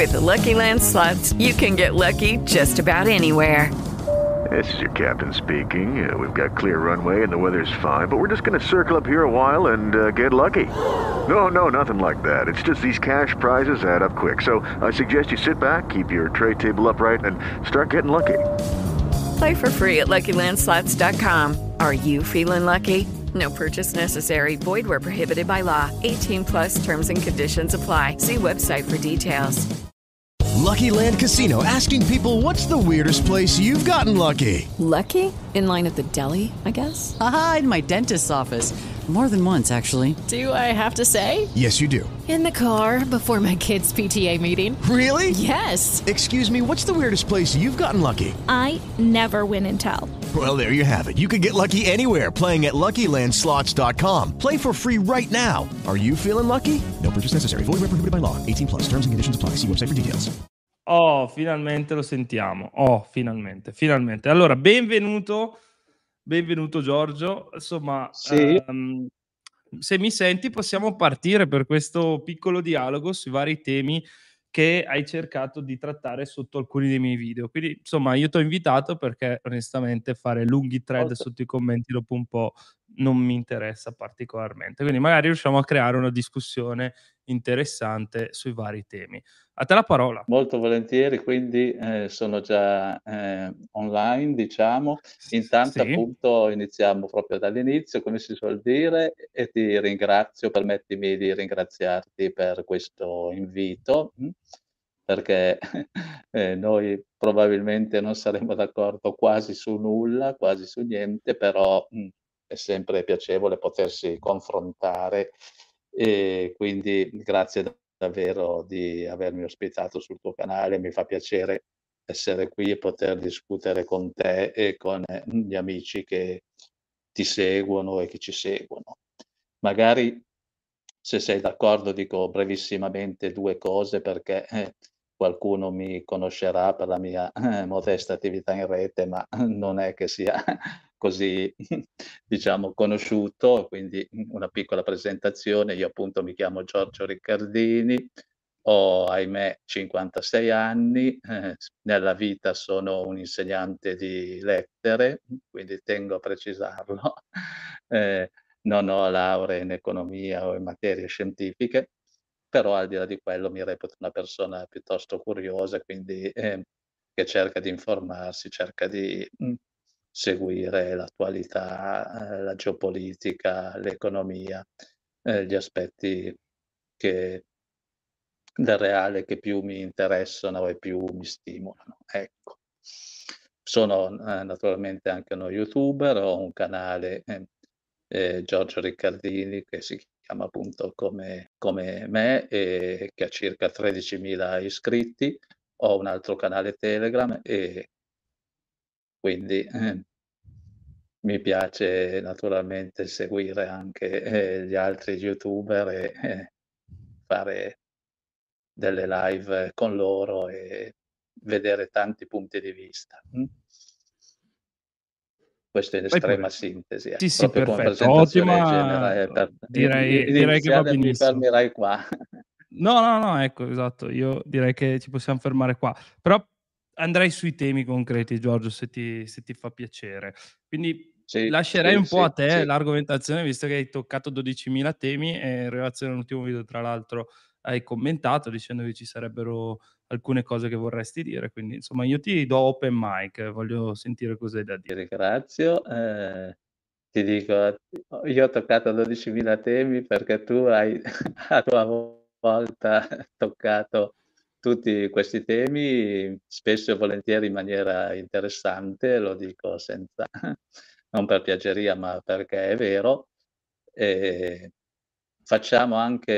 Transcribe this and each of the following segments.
With the Lucky Land Slots, you can get lucky just about anywhere. This is your captain speaking. We've got clear runway and the weather's fine, but we're just going to circle up here a while and get lucky. No, nothing like that. It's just these cash prizes add up quick. So I suggest you sit back, keep your tray table upright, and start getting lucky. Play for free at LuckyLandSlots.com. Are you feeling lucky? No purchase necessary. Void where prohibited by law. 18 plus terms and conditions apply. See website for details. Lucky Land Casino, asking people, what's the weirdest place you've gotten lucky? Lucky? In line at the deli, I guess? Aha, in my dentist's office. More than once, actually. Do I have to say? Yes, you do. In the car before my kids' PTA meeting. Really? Yes. Excuse me, what's the weirdest place you've gotten lucky? I never win and tell. Well, there you have it. You can get lucky anywhere, playing at LuckyLandSlots.com. Play for free right now. Are you feeling lucky? No purchase necessary. Void where prohibited by law. 18 plus. Terms and conditions apply. See website for details. Oh, finalmente lo sentiamo. Oh, finalmente. Allora, benvenuto Giorgio. Insomma, Sì, se mi senti possiamo partire per questo piccolo dialogo sui vari temi che hai cercato di trattare sotto alcuni dei miei video. Quindi, insomma, io t'ho invitato perché onestamente fare lunghi thread molto. sotto i commenti dopo un po' non mi interessa particolarmente. Quindi magari riusciamo a creare una discussione interessante sui vari temi. A te la parola. Molto volentieri, quindi, sono già, online diciamo. Intanto Sì, appunto iniziamo proprio dall'inizio, come si suol dire, e ti ringrazio, permettimi di ringraziarti per questo invito, perché, noi probabilmente non saremo d'accordo quasi su nulla, quasi su niente, però, è sempre piacevole potersi confrontare e quindi grazie davvero di avermi ospitato sul tuo canale. Mi fa piacere essere qui e poter discutere con te e con gli amici che ti seguono e che ci seguono. Magari, se sei d'accordo, dico brevissimamente 2 cose perché, qualcuno mi conoscerà per la mia, modesta attività in rete, ma non è che sia così, diciamo, conosciuto, quindi, una piccola presentazione. Io appunto mi chiamo Giorgio Riccardini, ho ahimè 56 anni, nella vita sono un insegnante di lettere, quindi tengo a precisarlo. Ehm, Non ho lauree in economia o in materie scientifiche, però al di là di quello mi reputo una persona piuttosto curiosa, quindi, che cerca di informarsi, cerca di, seguire l'attualità, la geopolitica, l'economia, gli aspetti che del reale che più mi interessano e più mi stimolano, ecco. Sono, naturalmente anche uno youtuber, ho un canale, Giorgio Riccardini, che si chiama appunto come me, che ha circa 13.000 iscritti. Ho un altro canale Telegram e quindi, mi piace naturalmente seguire anche, gli altri youtuber e, fare delle live con loro e vedere tanti punti di vista. Questo in vai estrema pure. sintesi, Sì, proprio come perfetto, presentazione ottima, per direi che va iniziale mi benissimo. fermerei qua. No, ecco, esatto, io direi che ci possiam fermare qua. Però andrei sui temi concreti, Giorgio, se ti fa piacere. Quindi Sì, lascerei sì, un po' a sì, te sì. l'argomentazione, visto che hai toccato 12.000 temi e in relazione all'ultimo video, tra l'altro, hai commentato dicendo che ci sarebbero alcune cose che vorresti dire, quindi insomma io ti do open mic, voglio sentire cosa hai da Ti dire. ringrazio. Ti dico, io ho toccato 12.000 temi perché tu hai a tua volta toccato tutti questi temi, spesso e volentieri in maniera interessante, lo dico senza non per piaggeria, ma perché è vero. Ehm, Facciamo anche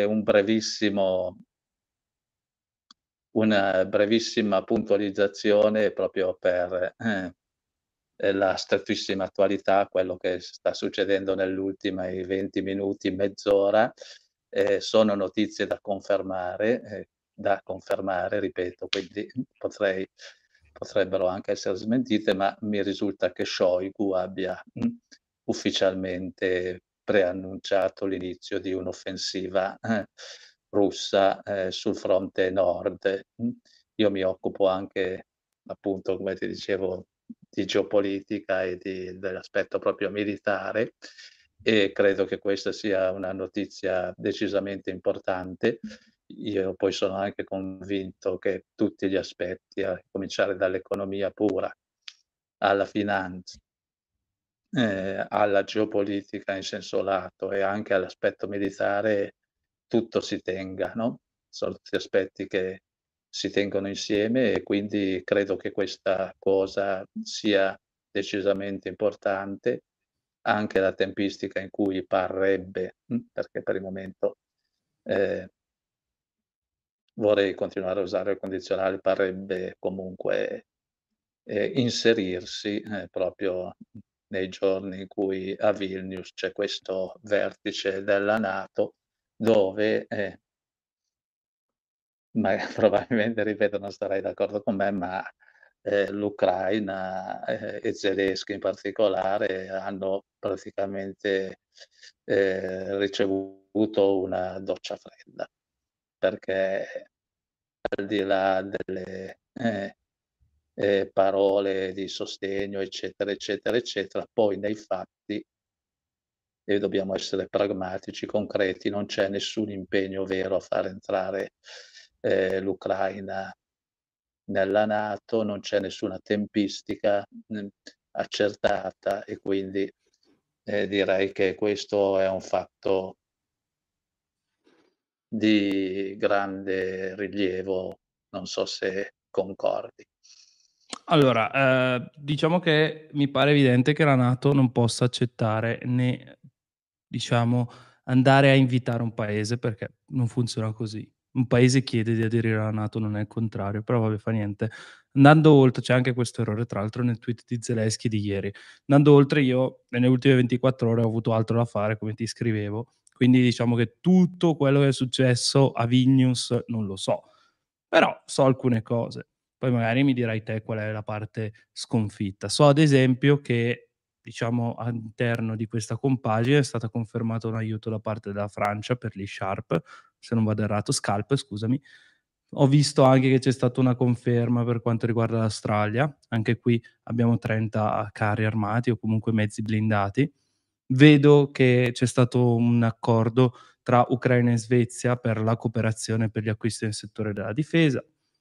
una brevissima puntualizzazione proprio per, la strettissima attualità, quello che sta succedendo nell'ultima i 20 minuti, mezz'ora. Sono notizie da confermare, ripeto, quindi potrebbero anche essere smentite, ma mi risulta che Shoigu abbia, ufficialmente preannunciato l'inizio di un'offensiva, russa sul fronte nord. Io mi occupo anche, appunto, come ti dicevo, di geopolitica e dell'aspetto proprio militare e credo che questa sia una notizia decisamente importante. Io poi sono anche convinto che tutti gli aspetti, a cominciare dall'economia pura, alla finanza, alla geopolitica in senso lato e anche all'aspetto militare, tutto si tenga, no, sono tutti aspetti che si tengono insieme e quindi credo che questa cosa sia decisamente importante. Anche la tempistica in cui parrebbe, perché per il momento, ehm, vorrei continuare a usare il condizionale, parrebbe comunque, inserirsi, proprio nei giorni in cui a Vilnius c'è questo vertice della NATO dove, ma probabilmente, ripeto, non sarai d'accordo con me, ma, l'Ucraina, e Zelensky in particolare hanno praticamente, ricevuto una doccia fredda, perché al di là delle, parole di sostegno, eccetera, eccetera, eccetera, poi nei fatti, e dobbiamo essere pragmatici, concreti, non c'è nessun impegno vero a far entrare, l'Ucraina nella NATO, non c'è nessuna tempistica, accertata e quindi, direi che questo è un fatto di grande rilievo, non so se concordi. Allora, diciamo che mi pare evidente che la NATO non possa accettare né, diciamo, andare a invitare un paese, perché non funziona così. Un paese chiede di aderire alla NATO, non è il contrario, però vabbè, fa niente. Andando oltre, c'è anche questo errore tra l'altro nel tweet di Zelensky di ieri. Andando oltre, io nelle ultime 24 ore ho avuto altro da fare, come ti scrivevo, quindi diciamo che tutto quello che è successo a Vilnius non lo so, però so alcune cose. Poi magari mi dirai te qual è la parte sconfitta. So ad esempio che, diciamo, all'interno di questa compagine è stata confermato un aiuto da parte della Francia per gli Sharp, se non vado errato, Scalp, scusami. Ho visto anche che c'è stata una conferma per quanto riguarda l'Australia, anche qui abbiamo 30 carri armati o comunque mezzi blindati. Vedo che c'è stato un accordo tra Ucraina e Svezia per la cooperazione per gli acquisti nel settore della difesa.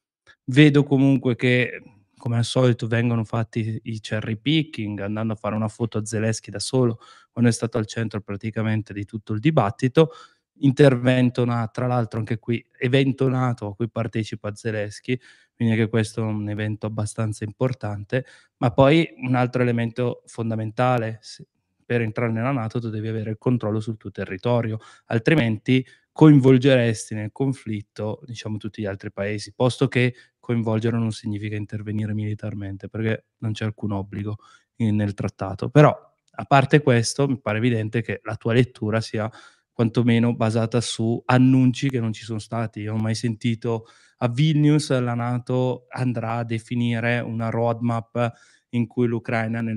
Vedo comunque che, come al solito, vengono fatti i cherry picking, andando a fare una foto a Zelensky da solo, quando è stato al centro praticamente di tutto il dibattito. Intervento tra l'altro anche qui, evento NATO a cui partecipa Zelensky, quindi anche questo è un evento abbastanza importante. Ma poi un altro elemento fondamentale, per entrare nella NATO tu devi avere il controllo sul tuo territorio, altrimenti coinvolgeresti nel conflitto, diciamo, tutti gli altri paesi, posto che coinvolgere non significa intervenire militarmente, perché non c'è alcun obbligo nel trattato. Però, a parte questo, mi pare evidente che la tua lettura sia quantomeno basata su annunci che non ci sono stati. Io non ho mai sentito a Vilnius la NATO andrà a definire una roadmap in cui l'Ucraina nel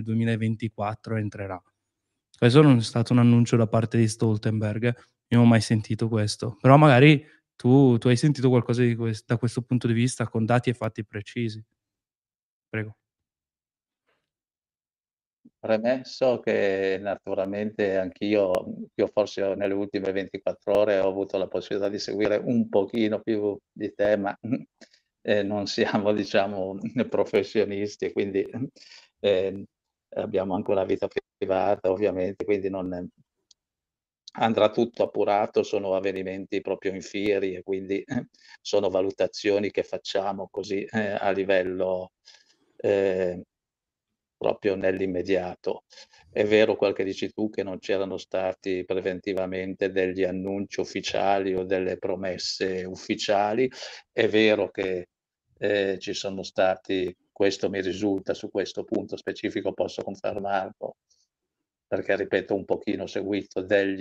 2024 entrerà. Questo non è stato un annuncio da parte di Stoltenberg, io non ho mai sentito questo, però magari tu hai sentito qualcosa di da questo punto di vista con dati e fatti precisi. Prego. Premesso che naturalmente anch'io, io forse nelle ultime 24 ore ho avuto la possibilità di seguire un pochino più di te, ma, non siamo diciamo professionisti e quindi, ehm, abbiamo anche una vita privata ovviamente, quindi non andrà tutto appurato, sono avvenimenti proprio in fieri e quindi sono valutazioni che facciamo così, a livello, ehm proprio nell'immediato. È vero quel che dici tu, che non c'erano stati preventivamente degli annunci ufficiali o delle promesse ufficiali. È vero che, ci sono stati, questo mi risulta, su questo punto specifico posso confermarlo, perché ripeto un pochino ho seguito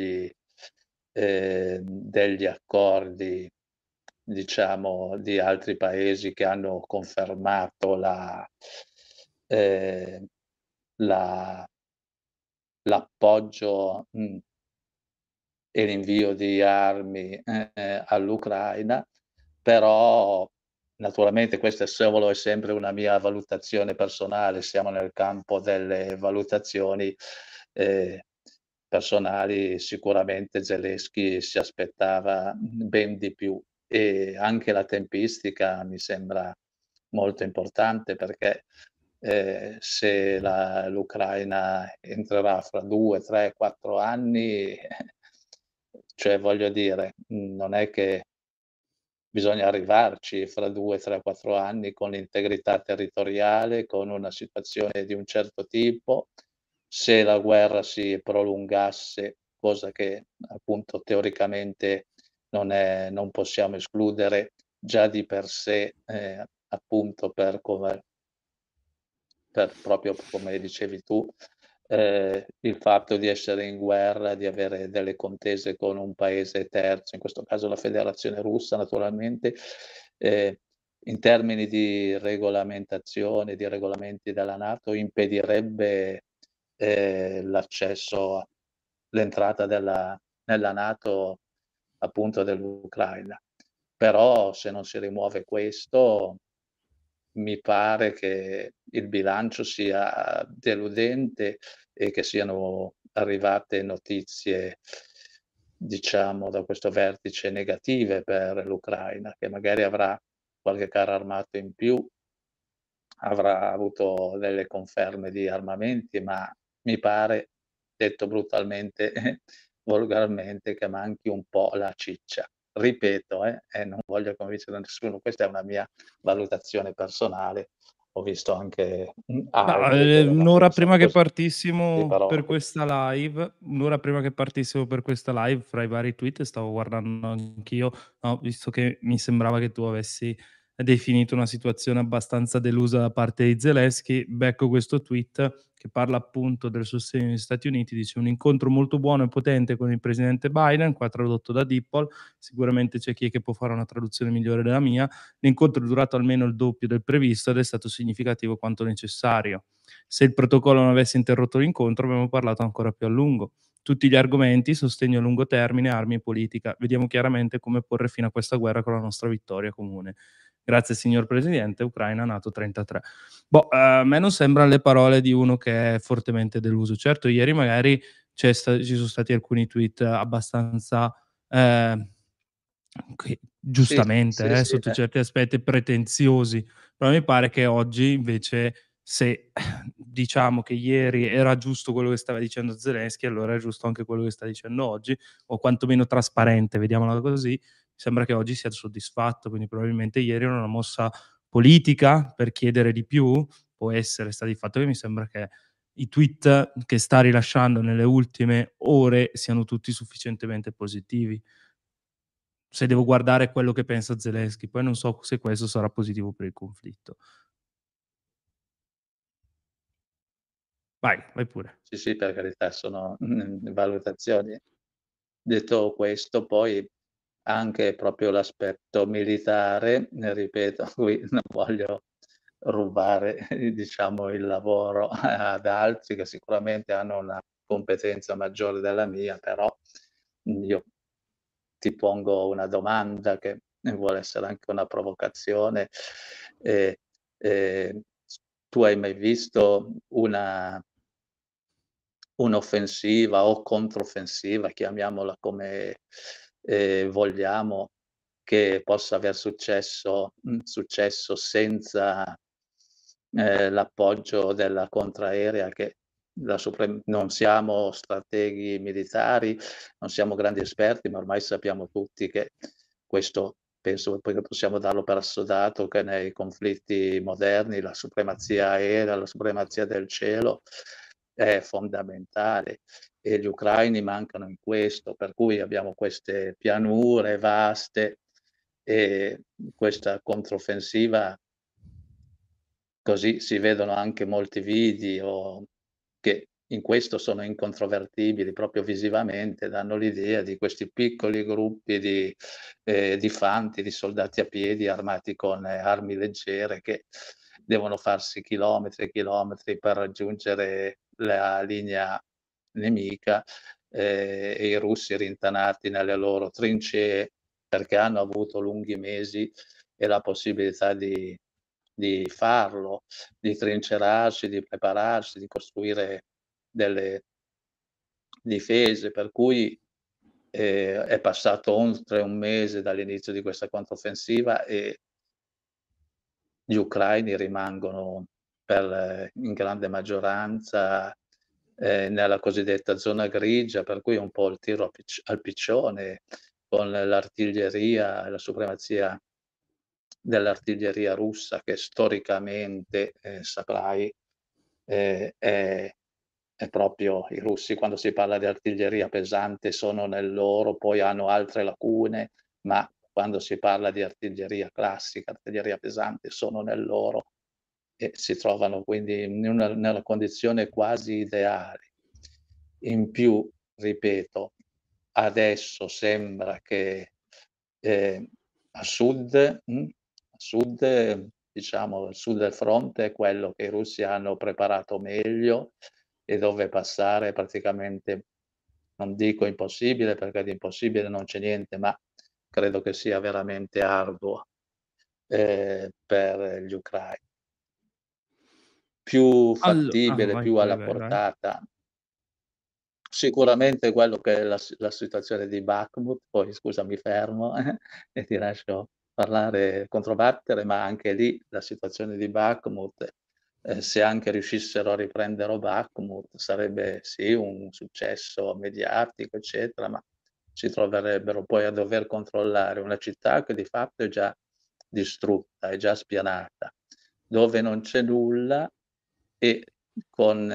degli accordi, diciamo, di altri paesi che hanno confermato ehm, la l'appoggio, e l'invio di armi all'Ucraina, però naturalmente questa è solo e sempre una mia valutazione personale, siamo nel campo delle valutazioni personali. Sicuramente Zelensky si aspettava ben di più e anche la tempistica mi sembra molto importante perché se l'Ucraina entrerà fra 2, 3, 4 anni, cioè voglio dire, non è che bisogna arrivarci fra 2, 3, 4 anni con l'integrità territoriale, con una situazione di un certo tipo. Se la guerra si prolungasse, cosa che appunto teoricamente non possiamo escludere già di per sé, appunto per proprio come dicevi tu, il fatto di essere in guerra, di avere delle contese con un paese terzo, in questo caso la Federazione Russa naturalmente, ehm, in termini di regolamentazione, di regolamenti della NATO, impedirebbe, l'entrata nella NATO appunto dell'Ucraina. Però se non si rimuove questo mi pare che il bilancio sia deludente e che siano arrivate notizie, diciamo, da questo vertice negative per l'Ucraina, che magari avrà qualche carro armato in più, avrà avuto delle conferme di armamenti, ma mi pare, detto brutalmente, volgarmente, che manchi un po' la ciccia. Ripeto, e non voglio convincere nessuno, questa è una mia valutazione personale. Ho visto anche, Ma, altri che la un'ora pensano prima che così, partissimo però per questa live un'ora prima che partissimo per questa live, fra i vari tweet stavo guardando anch'io, no, visto che mi sembrava che tu avessi definito una situazione abbastanza delusa da parte di Zelensky, becco questo tweet che parla appunto del sostegno degli Stati Uniti, dice: "Un incontro molto buono e potente con il presidente Biden", qua tradotto da Dipol, sicuramente c'è chi è che può fare una traduzione migliore della mia. L'incontro è durato almeno il doppio del previsto ed è stato significativo quanto necessario. Se il protocollo non avesse interrotto l'incontro, avremmo parlato ancora più a lungo. Tutti gli argomenti, sostegno a lungo termine, armi e politica. Vediamo chiaramente come porre fine a questa guerra con la nostra vittoria comune. Grazie signor Presidente, Ucraina NATO 33. Boh, a me non sembrano le parole di uno che è fortemente deluso. Certo, ieri magari ci sono stati alcuni tweet abbastanza che sì, giustamente, sì, sì, sotto certi aspetti pretenziosi, però mi pare che oggi invece se diciamo che ieri era giusto quello che stava dicendo Zelensky, allora è giusto anche quello che sta dicendo oggi, o quantomeno trasparente, vediamola così. Mi sembra che oggi sia soddisfatto, quindi probabilmente ieri era una mossa politica per chiedere di più, può essere, sta di fatto che mi sembra che i tweet che sta rilasciando nelle ultime ore siano tutti sufficientemente positivi. Se devo guardare quello che pensa Zelensky, poi non so se questo sarà positivo per il conflitto. Vai, vai pure. sì, sì, per carità sono, valutazioni. Detto questo, poi anche proprio l'aspetto militare, ripeto, qui non voglio rubare, diciamo, il lavoro ad altri che sicuramente hanno una competenza maggiore della mia, però, io ti pongo una domanda che vuole essere anche una provocazione. Ehm, s Tu hai mai visto un'offensiva o controffensiva, chiamiamola come, vogliamo, che possa aver successo senza, l'appoggio della contraerea che non siamo strateghi militari, non siamo grandi esperti, ma ormai sappiamo tutti che questo penso poi che possiamo darlo per assodato, che nei conflitti moderni la supremazia aerea, la supremazia del cielo è fondamentale e gli ucraini mancano in questo, per cui abbiamo queste pianure vaste e questa controffensiva. Così si vedono anche molti video che in questo sono incontrovertibili, proprio visivamente, danno l'idea di questi piccoli gruppi di fanti, di soldati a piedi armati con armi leggere che devono farsi chilometri e chilometri per raggiungere la linea nemica, e i russi rintanati nelle loro trincee perché hanno avuto lunghi mesi e la possibilità di farlo, di trincerarsi, di prepararsi, di costruire delle difese, per cui è passato oltre un mese dall'inizio di questa controffensiva e gli ucraini rimangono in grande maggioranza nella cosiddetta zona grigia, per cui è un po' il tiro al piccione con l'artiglieria e la supremazia dell'artiglieria russa che storicamente, saprai, è proprio i russi quando si parla di artiglieria pesante sono nel loro, poi hanno altre lacune, ma quando si parla di artiglieria classica, artiglieria pesante, sono nel loro e si trovano quindi nella condizione quasi ideale. In più, ripeto, adesso sembra che a sud, diciamo, il sud del fronte è quello che i russi hanno preparato meglio e dove passare praticamente, non dico impossibile perché di impossibile non c'è niente, ma credo che sia veramente arduo per gli ucraini. Più fattibile, più alla portata, sicuramente quello che è la situazione di Bakhmut, poi scusa mi fermo e ti lascio parlare, controbattere, ma anche lì la situazione di Bakhmut, se anche riuscissero a riprendere Bakhmut sarebbe sì un successo mediatico, eccetera, ma si troverebbero poi a dover controllare una città che di fatto è già distrutta, è già spianata, dove non c'è nulla e con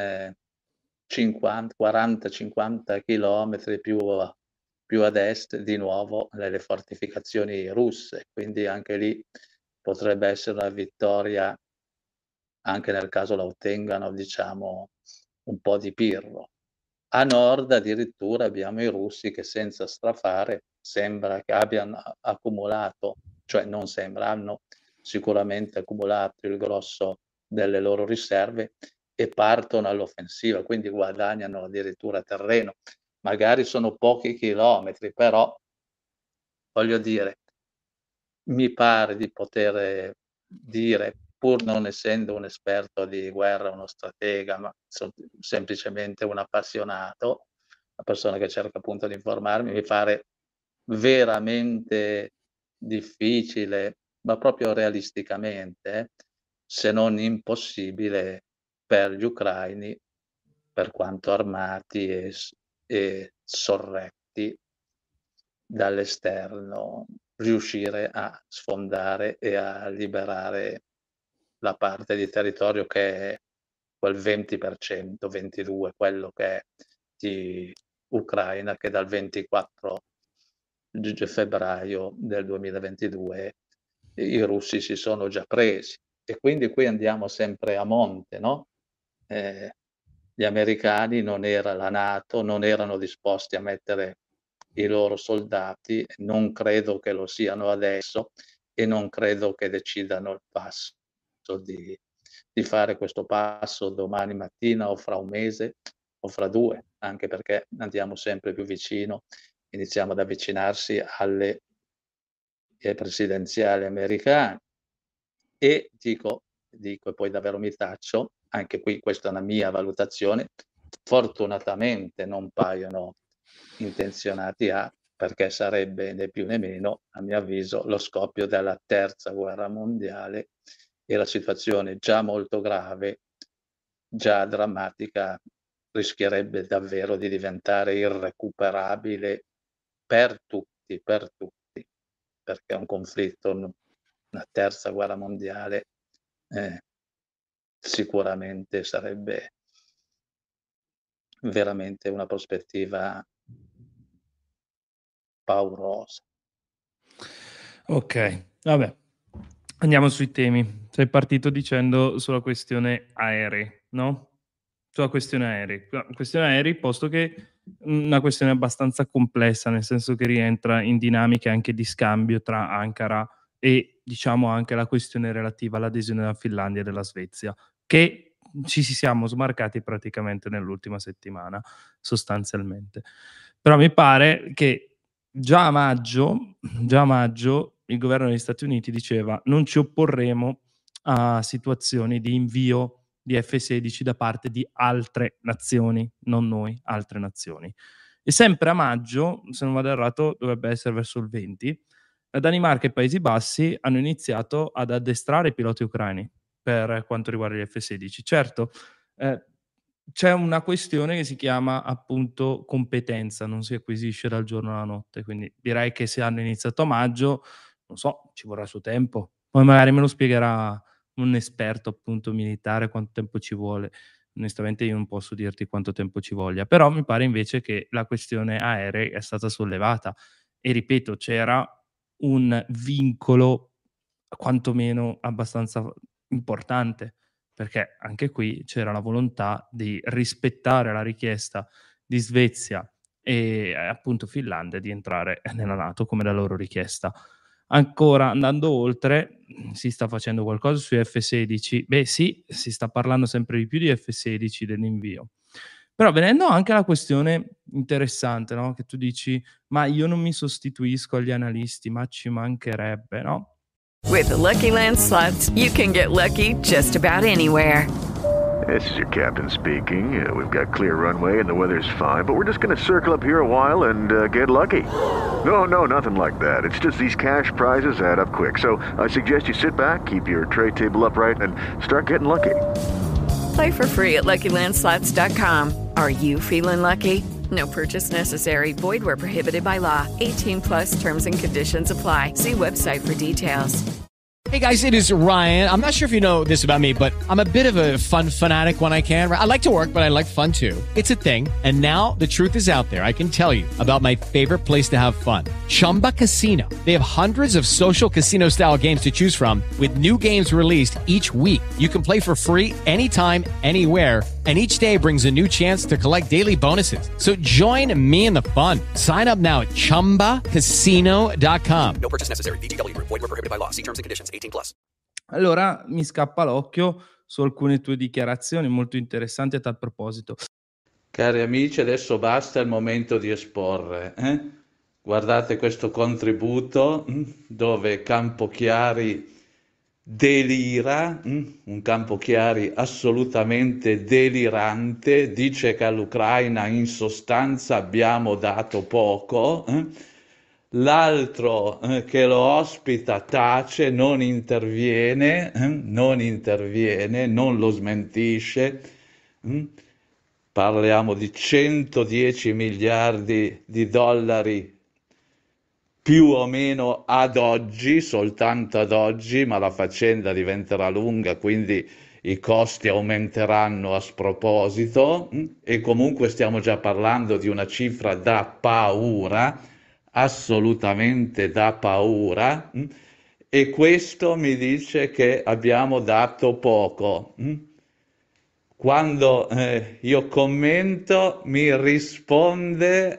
40-50 chilometri più ad est di nuovo le fortificazioni russe, quindi anche lì potrebbe essere una vittoria, anche nel caso la ottengano, diciamo, un po' di pirro. A nord addirittura abbiamo i russi che senza strafare sembra che abbiano accumulato, cioè non sembra, hanno sicuramente accumulato il grosso delle loro riserve e partono all'offensiva, quindi guadagnano addirittura terreno. Magari sono pochi chilometri, però voglio dire, mi pare di poter dire, pur non essendo un esperto di guerra, uno stratega, ma semplicemente un appassionato, una persona che cerca appunto di informarmi, mi pare veramente difficile, ma proprio realisticamente, se non impossibile per gli ucraini, per quanto armati e sorretti dall'esterno, riuscire a sfondare e a liberare la parte di territorio che è quel 20%, 22%, quello che è di Ucraina, che dal 24 febbraio del 2022 i russi si sono già presi. E quindi qui andiamo sempre a monte, no? Gli americani la NATO non erano disposti a mettere i loro soldati, non credo che lo siano adesso e non credo che decidano il passo di fare questo passo domani mattina o fra un mese o fra 2, anche perché andiamo sempre più vicino, iniziamo ad avvicinarsi alle presidenziali americane e dico e poi davvero mi taccio, anche qui questa è una mia valutazione, fortunatamente non paiono intenzionati perché sarebbe né più né meno, a mio avviso, lo scoppio della terza guerra mondiale e la situazione già molto grave, già drammatica, rischierebbe davvero di diventare irrecuperabile per tutti, perché un conflitto, una terza guerra mondiale, sicuramente sarebbe veramente una prospettiva paurosa. Ok, vabbè, andiamo sui temi. Sei partito dicendo sulla questione aerei, no? Sulla questione aerei. La questione aerei, posto che una questione abbastanza complessa, nel senso che rientra in dinamiche anche di scambio tra Ankara e diciamo anche la questione relativa all'adesione della Finlandia e della Svezia, che ci siamo smarcati praticamente nell'ultima settimana, sostanzialmente. Però mi pare che già a maggio il governo degli Stati Uniti diceva non ci opporremo a situazioni di invio di F-16 da parte di altre nazioni, non noi, altre nazioni. E sempre a maggio, se non vado errato, dovrebbe essere verso il 20, la Danimarca e i Paesi Bassi hanno iniziato ad addestrare i piloti ucraini per quanto riguarda gli F-16. Certo, c'è una questione che si chiama appunto competenza, non si acquisisce dal giorno alla notte, quindi direi che se hanno iniziato a maggio, non so, ci vorrà il suo tempo. Poi magari me lo spiegherà un esperto appunto militare quanto tempo ci vuole. Onestamente io non posso dirti quanto tempo ci voglia, però mi pare invece che la questione aerei è stata sollevata e ripeto, c'era un vincolo quantomeno abbastanza importante, perché anche qui c'era la volontà di rispettare la richiesta di Svezia e appunto Finlandia di entrare nella NATO come la loro richiesta. Ancora andando oltre, si sta facendo qualcosa sui F-16? Beh sì, si sta parlando sempre di più di F-16 dell'invio. Però venendo anche alla questione interessante, no? Che tu dici, ma io non mi sostituisco agli analisti, ma ci mancherebbe, no? With the Lucky Land Slots, you can get lucky just about anywhere. This is your captain speaking. We've got clear runway and the weather's fine, but we're just going to circle up here a while and get lucky. No, nothing like that. It's just these cash prizes add up quick. So I suggest you sit back, keep your tray table upright, and start getting lucky. Play for free at LuckyLandSlots.com. Are you feeling lucky? No purchase necessary. Void where prohibited by law. 18 plus terms and conditions apply. See website for details. Hey guys, it is Ryan. I'm not sure if you know this about me, but I'm a bit of a fun fanatic when I can. I like to work, but I like fun too. It's a thing. And now the truth is out there. I can tell you about my favorite place to have fun. Chumba Casino. They have hundreds of social casino style games to choose from with new games released each week. You can play for free anytime, anywhere. And each day brings a new chance to collect daily bonuses. So join me in the fun. Sign up now at ChumbaCasino.com. No purchase necessary. VGW. Void where prohibited by law. See terms and conditions. 18 plus. Allora mi scappa l'occhio su alcune tue dichiarazioni molto interessanti a tal proposito. Cari amici, adesso basta il momento di esporre. Guardate questo contributo dove Campochiari delira, un Campochiari assolutamente delirante, dice che all'Ucraina in sostanza abbiamo dato poco, l'altro che lo ospita tace, non interviene, non lo smentisce. Parliamo di 110 miliardi di dollari più o meno ad oggi, soltanto ad oggi, ma la faccenda diventerà lunga, quindi i costi aumenteranno a sproposito e comunque stiamo già parlando di una cifra da paura, assolutamente da paura, e questo mi dice che abbiamo dato poco. Quando io commento mi risponde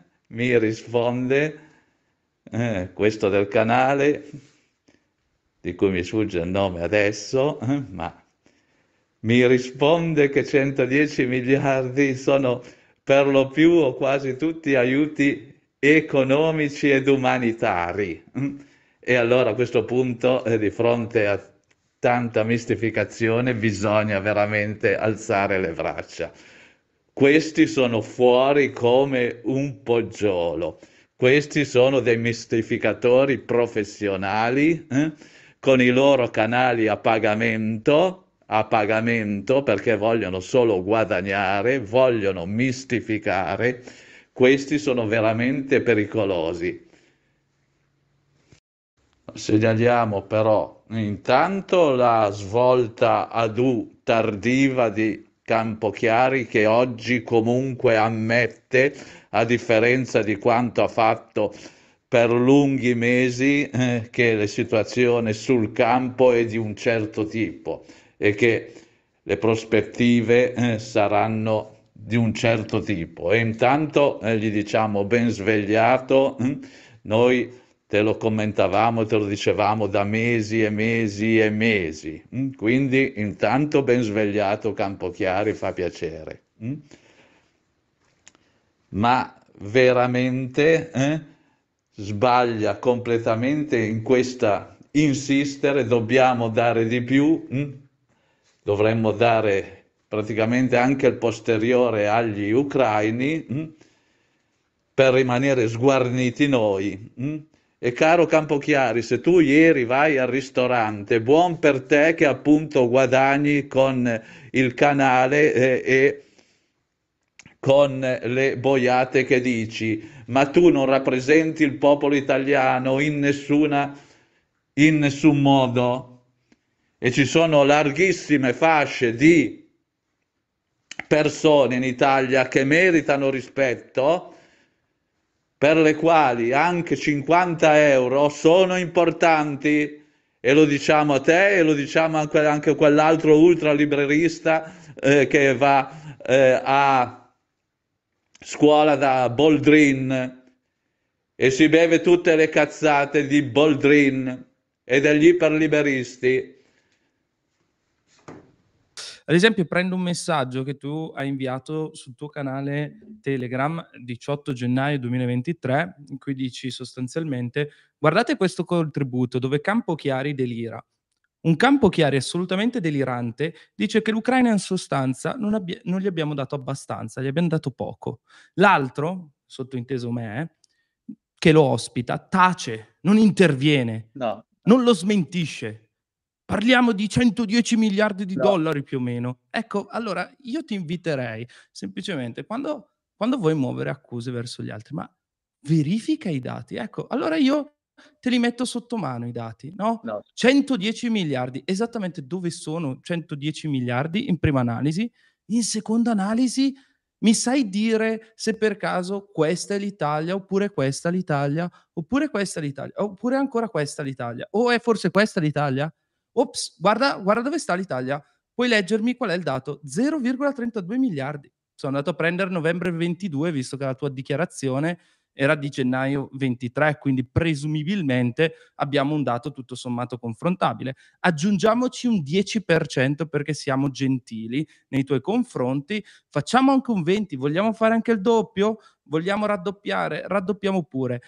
questo del canale, di cui mi sfugge il nome adesso, ma mi risponde che 110 miliardi sono per lo più o quasi tutti aiuti economici ed umanitari. E allora a questo punto, di fronte a tanta mistificazione, bisogna veramente alzare le braccia. Questi sono fuori come un poggiolo. Questi sono dei mistificatori professionali, con i loro canali a pagamento, perché vogliono solo guadagnare, vogliono mistificare. Questi sono veramente pericolosi. Segnaliamo però intanto la svolta ad U tardiva di Campochiari, che oggi comunque ammette, a differenza di quanto ha fatto per lunghi mesi, che la situazione sul campo è di un certo tipo e che le prospettive saranno di un certo tipo. E intanto gli diciamo ben svegliato, noi te lo commentavamo, te lo dicevamo da mesi e mesi e mesi. Quindi intanto ben svegliato Campochiari, fa piacere. Ma veramente sbaglia completamente in questa insistere, dobbiamo dare di più, dovremmo dare praticamente anche il posteriore agli ucraini per rimanere sguarniti noi. E caro Campochiari, se tu ieri vai al ristorante, buon per te che appunto guadagni con il canale e con le boiate che dici, ma tu non rappresenti il popolo italiano in nessun modo, e ci sono larghissime fasce di persone in Italia che meritano rispetto, per le quali anche 50 euro sono importanti, e lo diciamo a te e lo diciamo anche a quell'altro ultraliberista che va a scuola da Boldrin e si beve tutte le cazzate di Boldrin e degli iperliberisti. Ad esempio, prendo un messaggio che tu hai inviato sul tuo canale Telegram 18 gennaio 2023, in cui dici sostanzialmente: guardate questo contributo dove Campochiari delira. Un Campochiari assolutamente delirante dice che l'Ucraina in sostanza non gli abbiamo dato abbastanza, gli abbiamo dato poco. L'altro, sottointeso me, che lo ospita, tace, non interviene, non lo smentisce. Parliamo di 110 miliardi di dollari più o meno. Ecco, allora io ti inviterei semplicemente, quando vuoi muovere accuse verso gli altri, ma verifica i dati. Ecco, allora io te li metto sotto mano i dati, no? 110 miliardi, esattamente dove sono 110 miliardi in prima analisi? In seconda analisi mi sai dire se per caso questa è l'Italia, oppure questa è l'Italia, oppure questa è l'Italia, oppure ancora questa è l'Italia, o è forse questa l'Italia? Ops, guarda dove sta l'Italia. Puoi leggermi qual è il dato? 0,32 miliardi. Sono andato a prendere novembre 22, visto che la tua dichiarazione era di gennaio 23, quindi presumibilmente abbiamo un dato tutto sommato confrontabile. Aggiungiamoci un 10% perché siamo gentili nei tuoi confronti, facciamo anche un 20, vogliamo fare anche il doppio? Vogliamo raddoppiare? Raddoppiamo pure.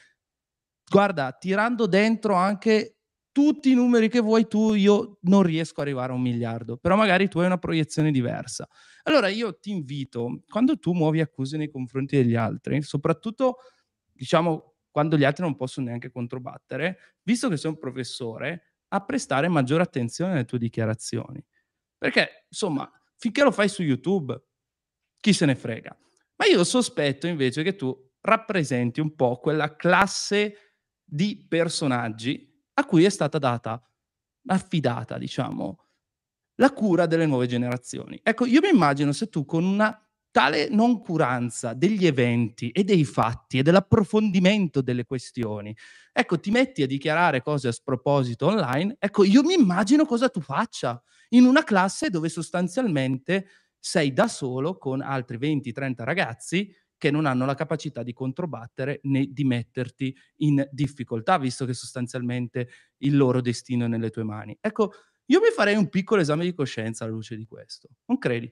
Guarda, tirando dentro anche tutti i numeri che vuoi tu, io non riesco ad arrivare a 1 miliardo, però magari tu hai una proiezione diversa. Allora io ti invito, quando tu muovi accuse nei confronti degli altri, soprattutto diciamo quando gli altri non possono neanche controbattere, visto che sei un professore, a prestare maggiore attenzione alle tue dichiarazioni. Perché, insomma, finché lo fai su YouTube, chi se ne frega. Ma io sospetto invece che tu rappresenti un po' quella classe di personaggi a cui è stata affidata, diciamo, la cura delle nuove generazioni. Ecco, io mi immagino se tu con una tale noncuranza degli eventi e dei fatti e dell'approfondimento delle questioni, ecco, ti metti a dichiarare cose a sproposito online, ecco, io mi immagino cosa tu faccia in una classe dove sostanzialmente sei da solo con altri 20-30 ragazzi che non hanno la capacità di controbattere né di metterti in difficoltà, visto che sostanzialmente il loro destino è nelle tue mani. Ecco, io mi farei un piccolo esame di coscienza alla luce di questo. Non credi?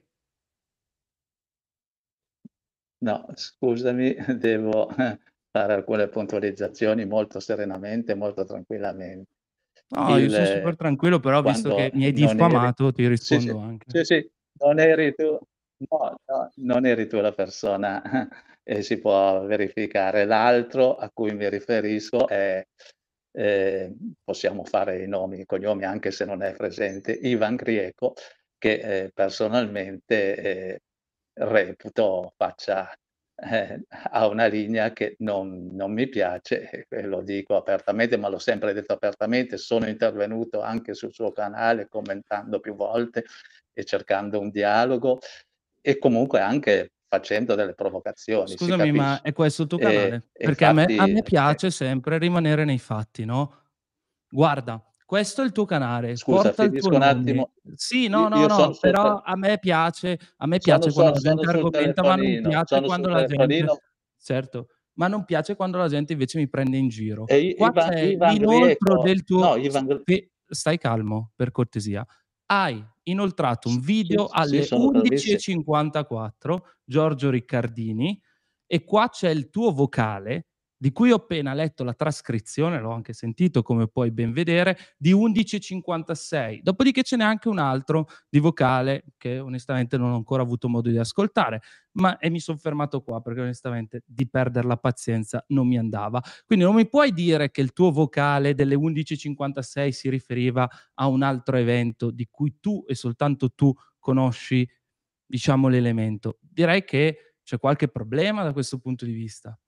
No, scusami, devo fare alcune puntualizzazioni molto serenamente, molto tranquillamente. No, io sono super tranquillo, però visto che mi hai diffamato, ti rispondo anche. Sì, non eri tu. No, non eri tu la persona e si può verificare. L'altro a cui mi riferisco è, possiamo fare i nomi e i cognomi anche se non è presente, Ivan Grieco, che personalmente reputo ha una linea che non mi piace, e lo dico apertamente, ma l'ho sempre detto apertamente. Sono intervenuto anche sul suo canale commentando più volte e cercando un dialogo e comunque anche facendo delle provocazioni. Scusami, ma è questo il tuo canale? Perché infatti, a me piace sempre rimanere nei fatti, no? Guarda, questo è il tuo canale, scusa, porta il finisco tuo un attimo. Sì, no, però a me piace quando la gente argomenta, ma non piace quando la gente certo, ma non piace quando la gente invece mi prende in giro. E Qua Ivan, c'è Ivan l'inoltro Grieco, del tuo... no, Ivan, Stai calmo, per cortesia. Hai inoltrato un video sì, alle sono bravissimo. 11:54, Giorgio Riccardini, e qua c'è il tuo vocale, di cui ho appena letto la trascrizione, l'ho anche sentito come puoi ben vedere, di 11:56. Dopodiché ce n'è anche un altro di vocale che onestamente non ho ancora avuto modo di ascoltare, e mi son fermato qua perché onestamente di perder la pazienza non mi andava. Quindi non mi puoi dire che il tuo vocale delle 11:56 si riferiva a un altro evento di cui tu e soltanto tu conosci, diciamo, l'elemento. Direi che c'è qualche problema da questo punto di vista.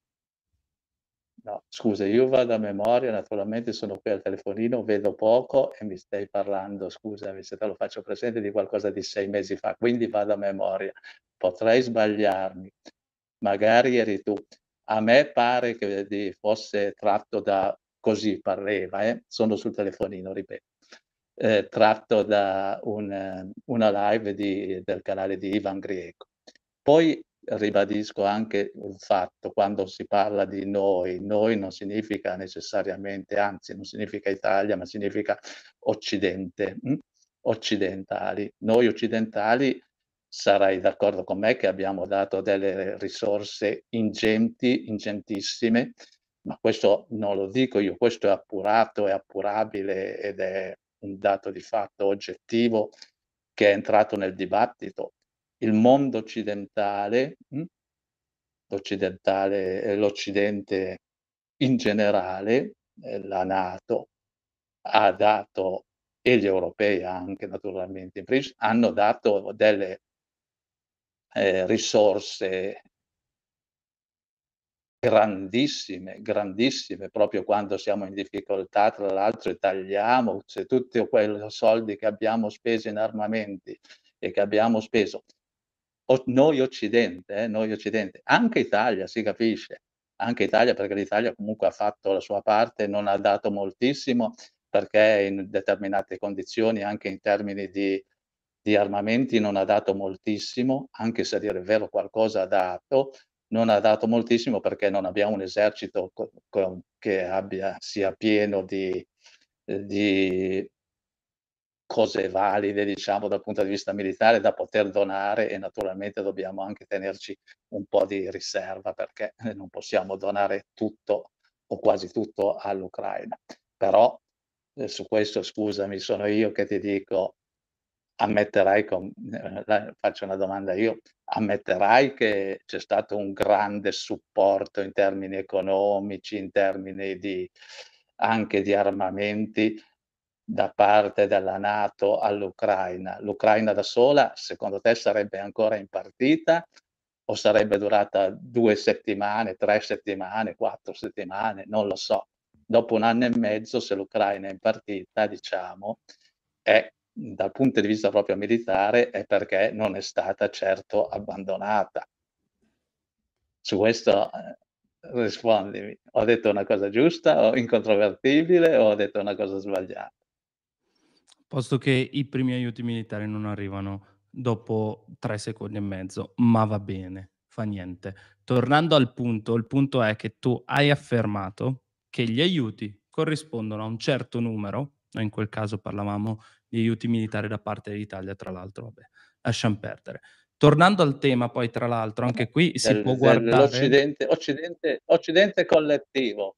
No, scusa, io vado a memoria, naturalmente sono qui al telefonino, vedo poco e mi stai parlando, scusami se te lo faccio presente, di qualcosa di 6 mesi fa, quindi vado a memoria. Potrei sbagliarmi, magari eri tu. A me pare che fosse tratto da, così pareva, sono sul telefonino, ripeto, tratto da una live del canale di Ivan Grieco. Poi ribadisco anche un fatto: quando si parla di noi non significa necessariamente, anzi non significa Italia, ma significa Occidente, occidentali. Noi occidentali, sarai d'accordo con me che abbiamo dato delle risorse ingenti, ingentissime, ma questo non lo dico io, questo è appurato, è appurabile ed è un dato di fatto oggettivo che è entrato nel dibattito. Il mondo occidentale, l'Occidente in generale, la NATO ha dato, e gli europei anche naturalmente in primis, hanno dato delle risorse grandissime, proprio quando siamo in difficoltà, tra l'altro, e tagliamo, se tutti quei soldi che abbiamo speso in armamenti e che abbiamo speso noi Occidente, anche Italia, si capisce, anche Italia, perché l'Italia comunque ha fatto la sua parte, non ha dato moltissimo, perché in determinate condizioni, anche in termini di armamenti, non ha dato moltissimo, anche se a dire il vero qualcosa ha dato. Non ha dato moltissimo perché non abbiamo un esercito che sia pieno di cose valide, diciamo, dal punto di vista militare, da poter donare, e naturalmente dobbiamo anche tenerci un po' di riserva, perché non possiamo donare tutto o quasi tutto all'Ucraina. Però su questo, scusami, sono io che ti dico, ammetterai faccio una domanda io, ammetterai che c'è stato un grande supporto in termini economici, in termini anche di armamenti, da parte della NATO all'Ucraina? L'Ucraina da sola, secondo te, sarebbe ancora in partita o sarebbe durata 2 settimane, 3 settimane, 4 settimane? Non lo so. Dopo 1 anno e mezzo, se l'Ucraina è in partita, diciamo, dal punto di vista proprio militare, è perché non è stata certo abbandonata. Su questo rispondimi. Ho detto una cosa giusta o incontrovertibile, o ho detto una cosa sbagliata? Posto che i primi aiuti militari non arrivano dopo 3 secondi e mezzo, ma va bene, fa niente. Tornando al punto, il punto è che tu hai affermato che gli aiuti corrispondono a un certo numero, noi in quel caso parlavamo di aiuti militari da parte dell'Italia, tra l'altro, vabbè, lasciam perdere. Tornando al tema poi, tra l'altro, anche qui si può guardare... Occidente collettivo.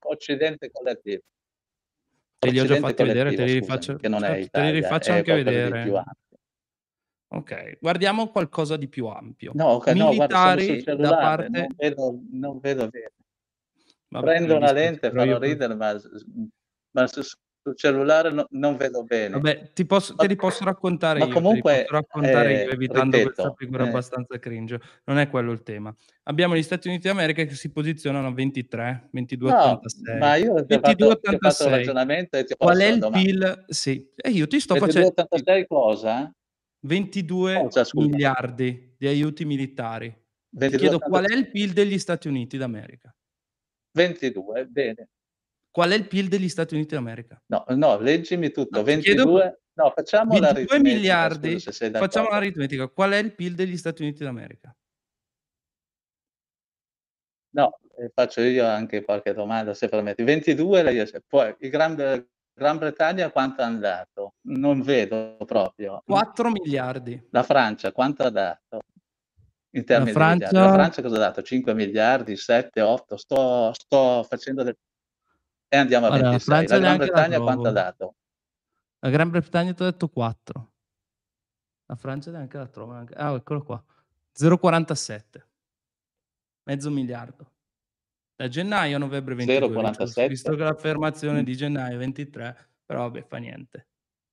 Te li ho già fatti vedere, te collettivo, li scusami, rifaccio, che non è certo, te li Italia, rifaccio è anche qualcosa di più vedere. ampio. Ok, guardiamo qualcosa di più ampio. No, guarda, sono sul Militari da cellulare, parte... non vedo bene. Vabbè, Prendo mi una dispiace, lente, però farò io... ridere, ma sul cellulare non vedo bene. Vabbè, te li posso raccontare Ma io, te li posso comunque, raccontare io, evitando questa ripeto, figura abbastanza cringe. Non è quello il tema. Abbiamo gli Stati Uniti d'America che si posizionano a 23, no, 22,86. ma io ti ho fatto un 22,86. ragionamento e ti ho Qual è posto la il domanda. PIL? Sì, e io ti sto facendo 22,86 cosa? 22 Cosa, scusa? miliardi di aiuti militari. Ti 22,86. chiedo qual è il PIL degli Stati Uniti d'America? 22, bene. Qual è il PIL degli Stati Uniti d'America? No, leggimi tutto. No, ti chiedo 22, no, facciamo 22 l'aritmetica, miliardi, scusa se sei facciamo d'accordo. l'aritmetica. Qual è il PIL degli Stati Uniti d'America? No, faccio io anche qualche domanda se permetti. 22 lei poi il Gran Bretagna quanto è andato? Non vedo proprio. 4 miliardi. La Francia quanto ha dato in La termini di miliardi? La Francia Francia cosa ha dato? 5 miliardi, 7, 8? Sto facendo del e andiamo a Guarda, la 26. La Francia Gran neanche la Bretagna quanto ha trovo. dato? La Gran Bretagna t'ho detto 4. La Francia neanche la trovo neanche eccolo qua. 0,47. Mezzo miliardo. Da gennaio a novembre 22, visto 0,47? che l'affermazione Mh. di gennaio 23, però vabbè fa niente.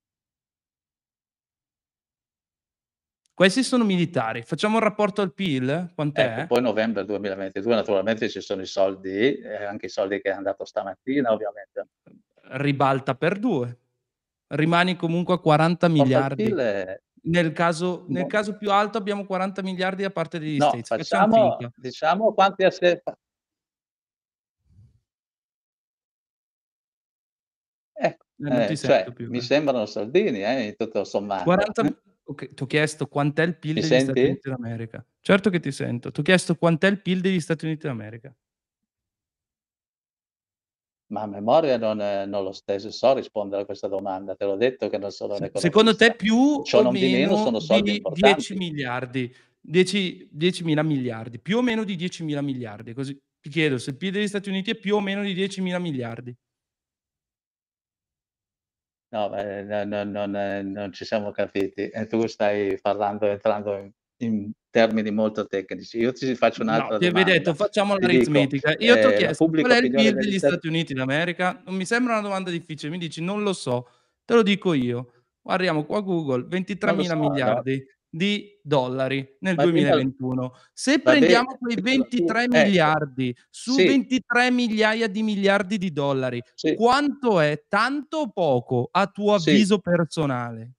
Questi sono militari. Facciamo il rapporto al PIL? Ecco, Quant'è? poi novembre 2022 naturalmente ci sono i soldi, anche i soldi che è andato stamattina ovviamente. Ribalta per 2. Rimani comunque a 40 Rapporto al miliardi. PIL è Nel caso no, più alto abbiamo 40 miliardi da parte degli no, States. Facciam facciamo finta. diciamo quanti ecco, Non ti sento cioè più, mi sembrano soldini, in tutto sommato, 40 okay, t'ho chiesto quant'è il PIL Mi degli Stati senti? Uniti d'America. Certo che ti sento. T'ho chiesto quant'è il PIL degli Stati Uniti d'America. Ma a memoria non lo stesso so rispondere a questa domanda, te l'ho detto che non sono un Secondo te economista. più Ciò o non di meno meno sono soldi di 10 importanti. miliardi? 10.000 miliardi, più o meno di 10.000 miliardi? Così ti chiedo se il PIL degli Stati Uniti è più o meno di 10.000 miliardi. No, non ci siamo capiti e tu stai parlando entrando in termini molto tecnici. Io ti faccio No, un'altra ti avevi detto domanda. facciamo Ti dico, l'aritmetica. Io t'ho la chiesto qual pubblica è il opinione PIL degli degli Stati Stati Uniti d'America? Non mi sembra una domanda difficile, mi dici: "Non lo so." Te lo dico io. Guardiamo qua Google, non lo 23.000 so, no, miliardi di dollari nel ma dimmelo 2021. Se vabbè, prendiamo quei dimmelo tu. 23 Ecco, miliardi su sì, 23 migliaia di miliardi di dollari, sì, quanto è? Tanto o poco a tuo sì. avviso personale?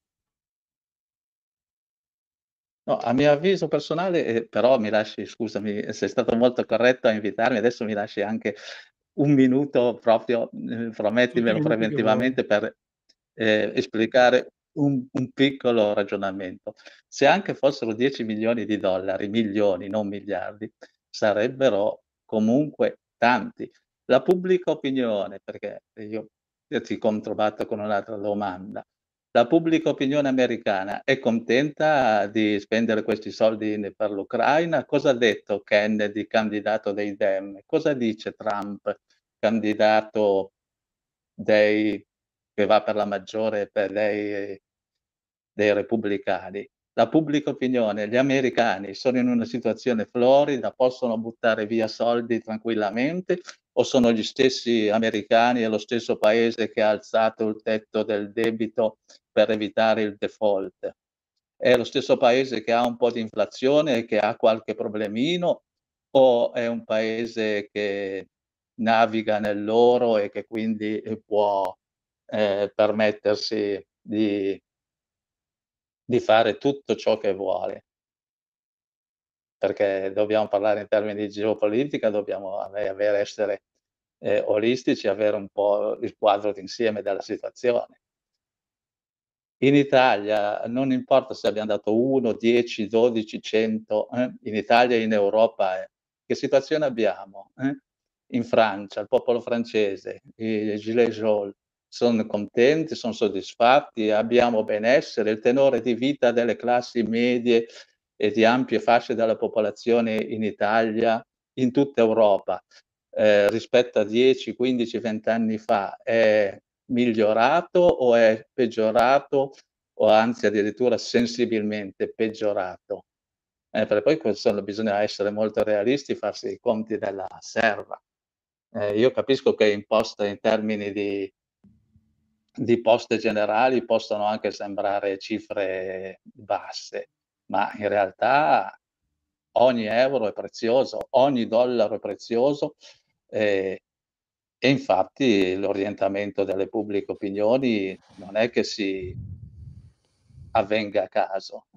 No, a mio avviso personale, però mi lasci scusami, sei stato molto corretto a invitarmi, adesso mi lasci anche 1 minuto proprio, Tutti i promettimelo minuti che vuoi. preventivamente per, esplicare un piccolo ragionamento. Se anche fossero 10.000.000 di dollari, milioni, non miliardi, sarebbero comunque tanti. La pubblica opinione, perché io ti controbatto con un'altra domanda. La pubblica opinione americana è contenta di spendere questi soldi per l'Ucraina? Cosa ha detto Kennedy, candidato dei Dem? Cosa dice Trump, candidato dei che va per la maggiore per dei repubblicani? La pubblica opinione, gli americani sono in una situazione florida, possono buttare via soldi tranquillamente o sono gli stessi americani e lo stesso paese che ha alzato il tetto del debito per evitare il default? È lo stesso paese che ha un po' di inflazione e che ha qualche problemino o è un paese che naviga nell'oro e che quindi, può, permettersi di fare tutto ciò che vuole? Perché dobbiamo parlare in termini di geopolitica, dobbiamo essere, olistici, avere un po' il quadro d'insieme della situazione. In Italia non importa se abbiam dato 1, 10, 12, 100, in Italia e in Europa, che situazione abbiamo, In Francia, il popolo francese, i gilets jaunes, son contenti, son soddisfatti, abbiamo benessere, il tenore di vita delle classi medie e di ampie fasce della popolazione in Italia, in tutta Europa, rispetto a 10, 15, 20 anni fa è migliorato o è peggiorato o anzi addirittura sensibilmente peggiorato? Perché poi bisogna essere molto realisti, farsi i conti della serva. Io capisco che imposte in termini di poste generali possono anche sembrare cifre basse, ma in realtà ogni euro è prezioso, ogni dollaro è prezioso, ehm, e infatti l'orientamento delle pubbliche opinioni non è che si avvenga a caso.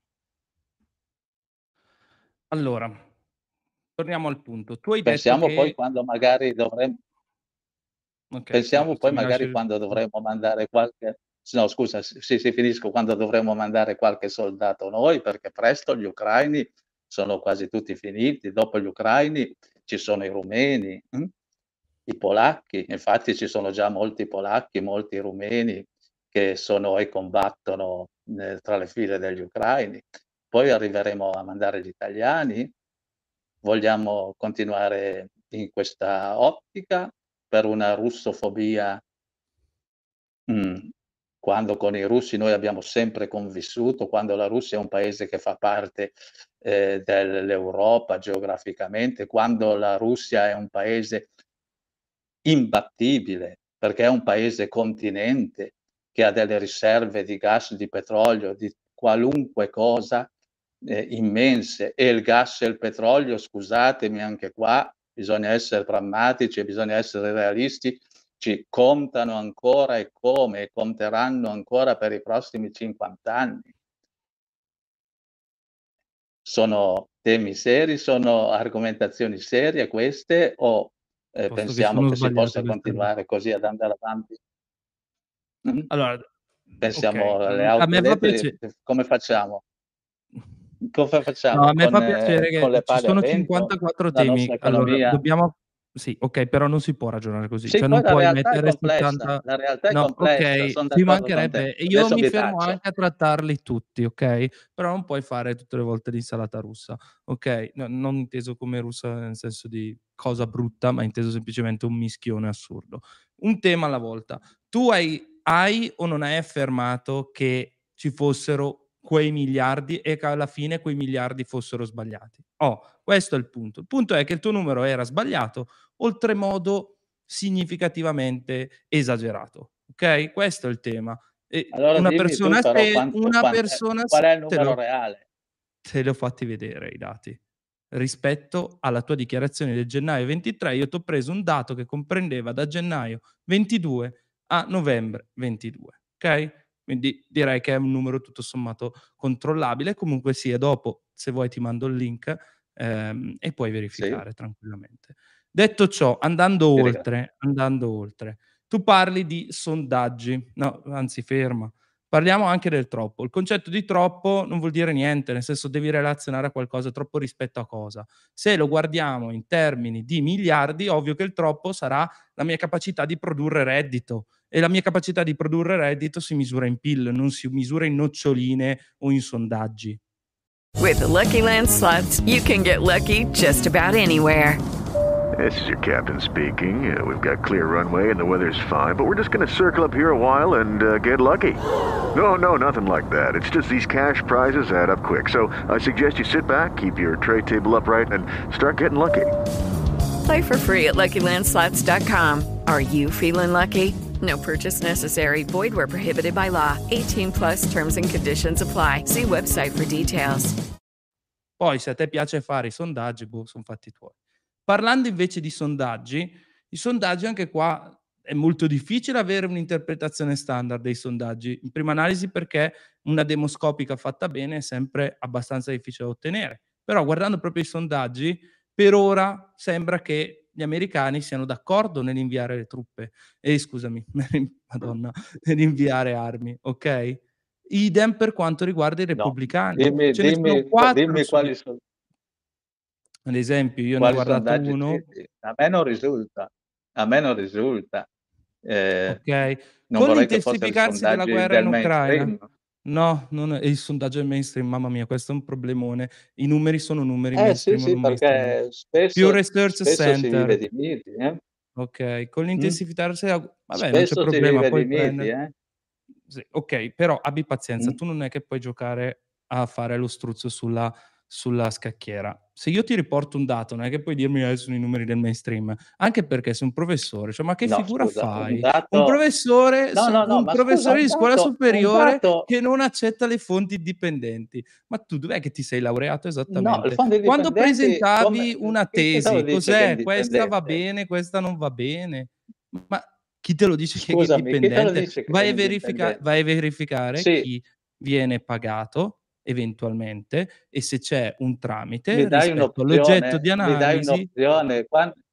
Allora, torniamo al punto. Tu hai detto Pensiamo poi che quando magari okay, no, pensiamo se poi mi magari lasci quando dovremmo mandare qualche no scusa, sì, sì, finisco, quando dovremmo mandare qualche soldato noi, perché presto gli ucraini sono quasi tutti finiti. Dopo gli ucraini ci sono i rumeni, i polacchi, infatti ci sono già molti polacchi, molti rumeni che sono e combattono tra le file degli ucraini. Poi arriveremo a mandare gli italiani. Vogliamo continuare in questa ottica per una russofobia, quando con i russi noi abbiamo sempre convissuto, quando la Russia è un paese che fa parte, dell'Europa geograficamente, quando la Russia è un paese imbattibile, perché è un paese continente che ha delle riserve di gas, di petrolio, di qualunque cosa, immense. E il gas e il petrolio, scusatemi, anche qua bisogna essere prammatici e bisogna essere realisti, ci contano ancora e come, e conteranno ancora per i prossimi 50 anni. Sono temi seri, sono argomentazioni serie queste o Posto che pensiamo sono che si possa sbagliate queste cose. continuare così ad andare avanti? Allora, Pensiamo okay, alle a auto me fa elettriche, come facciamo? Come No, facciamo a me fa piacere con che le ci pale a sono vento? 54 La nostra temi. Allora, economia dobbiamo sì, okay, però non si può ragionare così. Sì, Cioè poi non la puoi realtà è mettere complessa, 70 la realtà è no, complessa, okay, son ci d'accordo con te. mancherebbe e io Adesso mi vi fermo taccio. anche a trattarli tutti, okay, però non puoi fare tutte le volte l'insalata russa, okay? No, non inteso come russa nel senso di cosa brutta, ma inteso semplicemente un mischione assurdo. Un tema alla volta. Tu hai o non hai affermato che ci fossero quei miliardi e che alla fine quei miliardi fossero sbagliati? Questo è il punto. Il punto è che il tuo numero era sbagliato, oltremodo significativamente esagerato, okay? Questo è il tema. E Allora dimmi tu però una persona qual è il te numero reale? li ho fatti vedere i dati. Rispetto alla tua dichiarazione del gennaio 23, io t'ho preso un dato che comprendeva da gennaio 22 a novembre 22, okay? Quindi direi che è un numero tutto sommato controllabile. Comunque sia, dopo se vuoi ti mando il link, e puoi Sì, verificare tranquillamente. Detto ciò, ti ringra andando oltre, tu parli di sondaggi no, anzi ferma. Parliamo anche del troppo. Il concetto di troppo non vuol dire niente, nel senso devi relazionare a qualcosa, troppo rispetto a cosa. Se lo guardiamo in termini di miliardi, ovvio che il troppo sarà la mia capacità di produrre reddito e la mia capacità di produrre reddito si misura in PIL, non si misura in noccioline o in sondaggi. With the Lucky Land Slots, you can get lucky just about anywhere. This is your captain speaking. We've got clear runway and the weather's fine, but we're just going to circle up here a while and get lucky. No, nothing like that. It's just these cash prizes add up quick. So I suggest you sit back, keep your tray table upright, and start getting lucky. Play for free at LuckyLandSlots.com. Are you feeling lucky? No purchase necessary. Void where prohibited by law. 18 plus terms and conditions apply. See website for details. Poi se a te piace fare i sondaggi, son fatti tuoi. Parlando invece di sondaggi, i sondaggi anche qua è molto difficile avere un'interpretazione standard dei sondaggi. In prima analisi perché una demoscopica fatta bene è sempre abbastanza difficile da ottenere. Però guardando proprio i sondaggi, per ora sembra che gli americani siano d'accordo nell'inviare le truppe scusami, madonna, nell'inviare armi, okay? Idem per quanto riguarda i no. repubblicani. Ce ne sono Dimmi 4 su di quali son ad esempio io ne ho quali guardato sondaggi uno citi. A me non risulta. Ehm, okay, non con vorrei che fossero i l'intensificarsi della sondaggi guerra del in Ucraina mainstream. no, non è il sondaggio del mainstream, mamma mia, questo è un problemone. I numeri sono numeri, Sì, mainstream o sì, non mainstream. perché Più spesso research si vive center, di miti, okay, con Mh. l'intensificarsi vabbè non c'è Spesso si problema, vive di puoi miti, prendere sì, okay, però abbi pazienza, Mh. tu non è che puoi giocare a fare lo struzzo sulla scacchiera. Se io ti riporto un dato, non è che puoi dirmi: sono i numeri del mainstream", anche perché sei un professore, cioè ma che No figura scusa, un fai? dato no, Un ma scusa professore di scuola un superiore dato che non accetta le fonti indipendenti. Ma tu dov'è che ti sei laureato no, le esattamente? fonti Quando indipendenti come presentavi una chi te lo tesi, dice che è cos'è? Questa va indipendente? bene, questa non va bene. Ma chi te lo dice che è Scusami, chi te lo indipendente? dice che è Vai indipendente? a verificare Sì, chi viene pagato eventualmente e se c'è un mi tramite dai rispetto all'oggetto di analisi. un'opzione,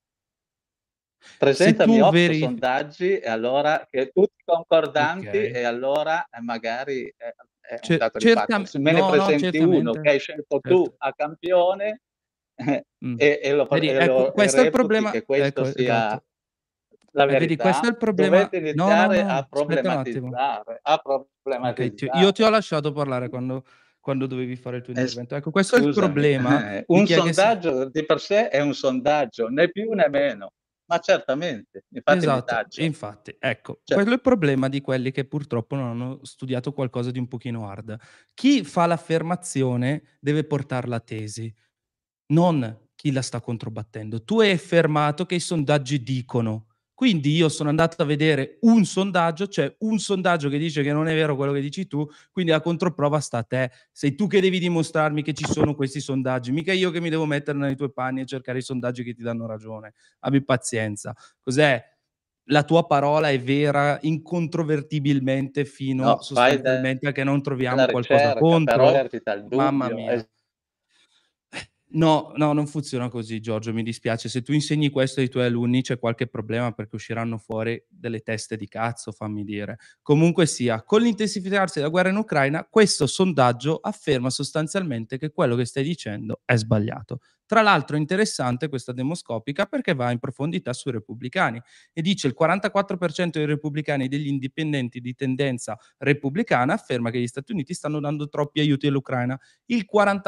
Se presentami tu 8 veri sondaggi e allora che tutti concordanti okay, e allora, magari è un dato di fatto. Se me ne no, presenti uno che certamente, hai scelto tu certo. a campione, Vedi, e ecco, e questo è il reputi problema. che questo Ecco, sia esatto. la Vedi, questo è verità, il problema. dovete No, no, iniziare a no, aspetta un attimo. problematizzare, a Ok, io ti ho problematizzare. lasciato parlare quando dovevi fare il tuo S intervento. Ecco, questo è il Scusami, problema di un chi è che si... sondaggio di per sé è un sondaggio, né più né meno. Ma certamente, infatti mi Esatto, taccio. infatti, ecco, Cioè quello è il problema di quelli che purtroppo non hanno studiato qualcosa di un pochino hard. Chi fa l'affermazione deve portar la tesi, non chi la sta controbattendo. Tu hai affermato che i sondaggi dicono. Quindi io sono andato a vedere un sondaggio, cioè un sondaggio che dice che non è vero quello che dici tu, quindi la controprova sta a te. Sei tu che devi dimostrarmi che ci sono questi sondaggi, mica io che mi devo mettere nei tuoi panni e cercare i sondaggi che ti danno ragione. Abbi pazienza. Cos'è? La tua parola è vera incontrovertibilmente fino no, fai sostanzialmente a che non troviamo della qualcosa ricerca, però contro? esercita il Mamma dubbio. mia. No, no, non funziona così Giorgio, mi dispiace. Se tu insegni questo ai tuoi alunni c'è qualche problema perché usciranno fuori delle teste di cazzo, fammi dire. Comunque sia, con l'intensificarsi della guerra in Ucraina, questo sondaggio afferma sostanzialmente che quello che stai dicendo è sbagliato. Tra l'altro è interessante questa demoscopica perché va in profondità sui repubblicani e dice il 44% dei repubblicani e degli indipendenti di tendenza repubblicana afferma che gli Stati Uniti stanno dando troppi aiuti all'Ucraina, il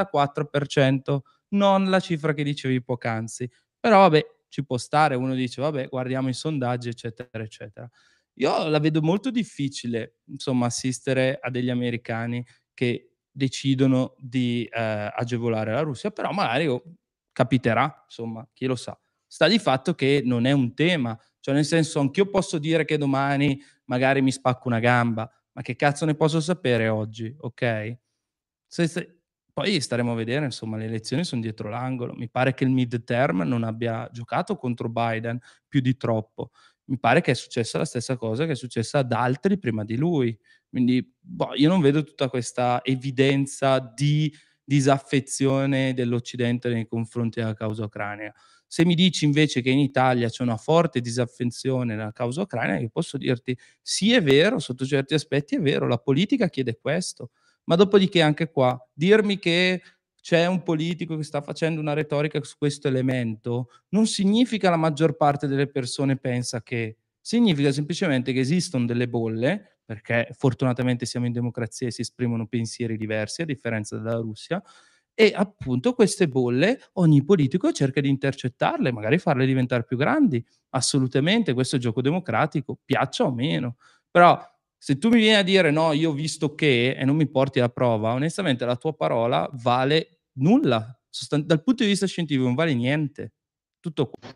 44%. Non la cifra che dicevi poc'anzi. Però vabbè, ci può stare, uno dice: "Vabbè, guardiamo i sondaggi", eccetera, eccetera. Io la vedo molto difficile, insomma, assistere a degli americani che decidono di, agevolare la Russia, però magari, capiterà, insomma, chi lo sa. Sta di fatto che non è un tema, cioè nel senso anch'io posso dire che domani magari mi spacco una gamba, ma che cazzo ne posso sapere oggi, okay? Se poi staremo a vedere, insomma, le elezioni son dietro l'angolo. Mi pare che il midterm non abbia giocato contro Biden più di troppo. Mi pare che è successa la stessa cosa che è successa ad altri prima di lui. Quindi, boh, io non vedo tutta questa evidenza di disaffezione dell'Occidente nei confronti della causa ucraina. Se mi dici invece che in Italia c'è una forte disaffezione nella causa ucraina, io posso dirti: "Sì, è vero, sotto certi aspetti è vero, la politica chiede questo". Ma dopodiché anche qua, dirmi che c'è un politico che sta facendo una retorica su questo elemento, non significa la maggior parte delle persone pensa che. Significa semplicemente che esistono delle bolle, perché fortunatamente siamo in democrazia e si esprimono pensieri diversi, a differenza della Russia, e appunto queste bolle ogni politico cerca di intercettarle, magari farle diventare più grandi. Assolutamente, questo è il gioco democratico, piaccia o meno. Però se tu mi vieni a dire: "No, io ho visto che" e non mi porti la prova, onestamente la tua parola vale nulla. Dal punto di vista scientifico non vale niente. Tutto qua.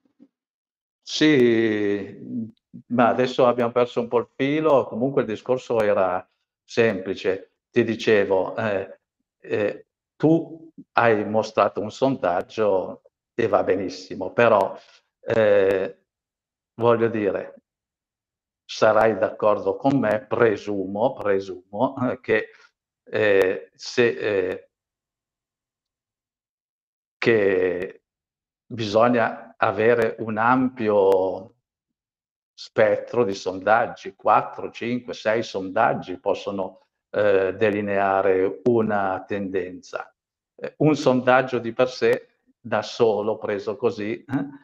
Sì, ma adesso abbiamo perso un po' il filo, comunque il discorso era semplice. Ti dicevo, tu hai mostrato un sondaggio e va benissimo, però, ehm, voglio dire, sarai d'accordo con me, presumo, che, se che bisogna avere un ampio spettro di sondaggi, 4, 5, 6 sondaggi possono, delineare una tendenza. Un sondaggio di per sé, da solo, preso così,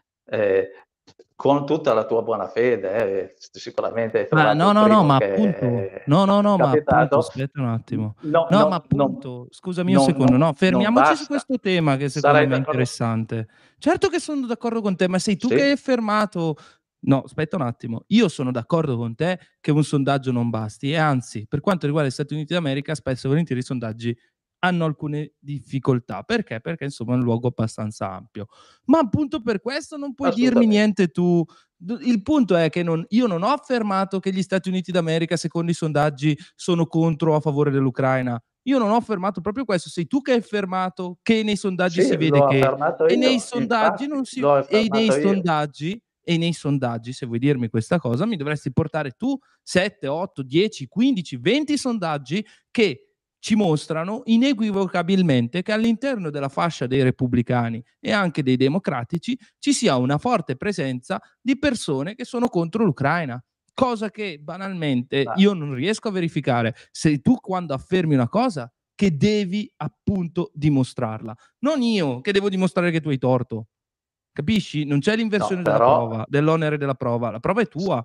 con tutta la tua buona fede, sicuramente hai Ma trovato no, il no, no, primo ma che appunto è no, no, no, ma appunto capitato. aspetta un attimo. No, No, ma no, non appunto, scusami un secondo, no, non fermiamoci su basta. questo tema che secondo Sarai me è d'accordo? interessante. Certo che sono d'accordo con te, ma sei tu che hai Sì? affermato. No, aspetta un attimo. Io sono d'accordo con te che un sondaggio non basti e anzi, per quanto riguarda gli Stati Uniti d'America, spesso e volentieri i sondaggi hanno alcune difficoltà. Perché? Perché insomma è un luogo abbastanza ampio. Ma appunto per questo non puoi dirmi Assolutamente. niente tu. Il punto è che io non ho affermato che gli Stati Uniti d'America, secondo i sondaggi, sono contro o a favore dell'Ucraina. Io non ho affermato proprio questo, sei tu che hai affermato che nei sondaggi si Sì, vede l'ho che, affermato e nei io, sondaggi infatti, non si, l'ho e nei affermato io. sondaggi, e nei sondaggi, se vuoi dirmi questa cosa, mi dovresti portare tu 7, 8, 10, 15, 20 sondaggi che ci mostrano inequivocabilmente che all'interno della fascia dei repubblicani e anche dei democratici ci sia una forte presenza di persone che sono contro l'Ucraina, cosa che banalmente Ma io non riesco a verificare. Sei tu quando affermi una cosa che devi appunto dimostrarla, non io che devo dimostrare che tu hai torto. Capisci? Non c'è l'inversione della prova, dell'onere della prova, la prova è tua.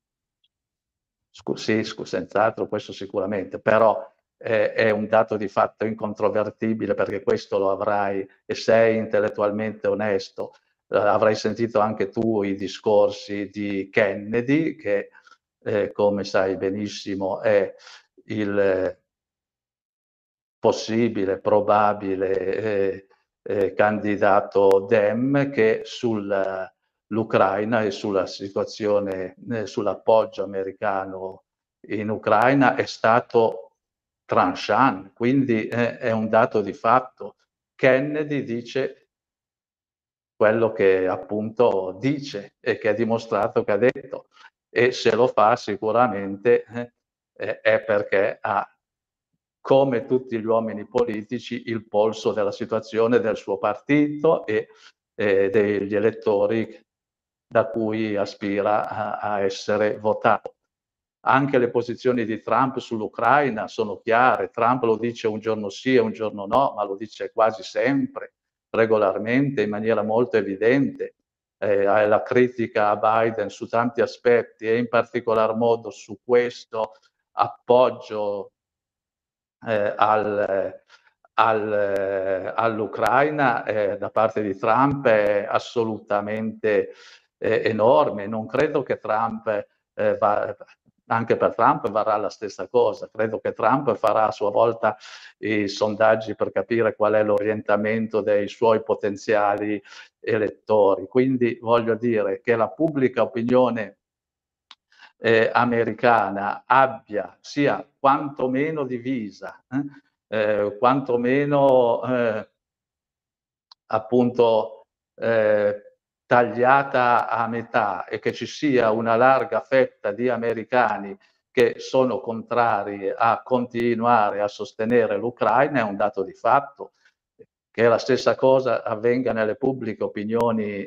Sì, senz'altro, questo sicuramente, però è un dato di fatto incontrovertibile, perché questo lo avrai, e sei intellettualmente onesto, avrai sentito anche tu i discorsi di Kennedy, che come sai benissimo è il possibile, probabile candidato Dem, che sull'Ucraina e sulla situazione, sull'appoggio americano in Ucraina è stato tranchant, quindi è un dato di fatto. Kennedy dice quello che appunto dice e che ha dimostrato che ha detto, e se lo fa sicuramente è perché ha, come tutti gli uomini politici, il polso della situazione del suo partito e degli elettori da cui aspira a essere votato. Anche le posizioni di Trump sull'Ucraina sono chiare. Trump lo dice un giorno sì e un giorno no, ma lo dice quasi sempre, regolarmente, in maniera molto evidente. La critica a Biden su tanti aspetti e in particolar modo su questo appoggio all'Ucraina da parte di Trump è assolutamente enorme. Non credo che Trump anche per Trump varrà la stessa cosa. Credo che Trump farà a sua volta i sondaggi per capire qual è l'orientamento dei suoi potenziali elettori. Quindi voglio dire che la pubblica opinione americana sia quantomeno divisa, quantomeno appunto tagliata a metà, e che ci sia una larga fetta di americani che sono contrari a continuare a sostenere l'Ucraina, è un dato di fatto. Che la stessa cosa avvenga nelle pubbliche opinioni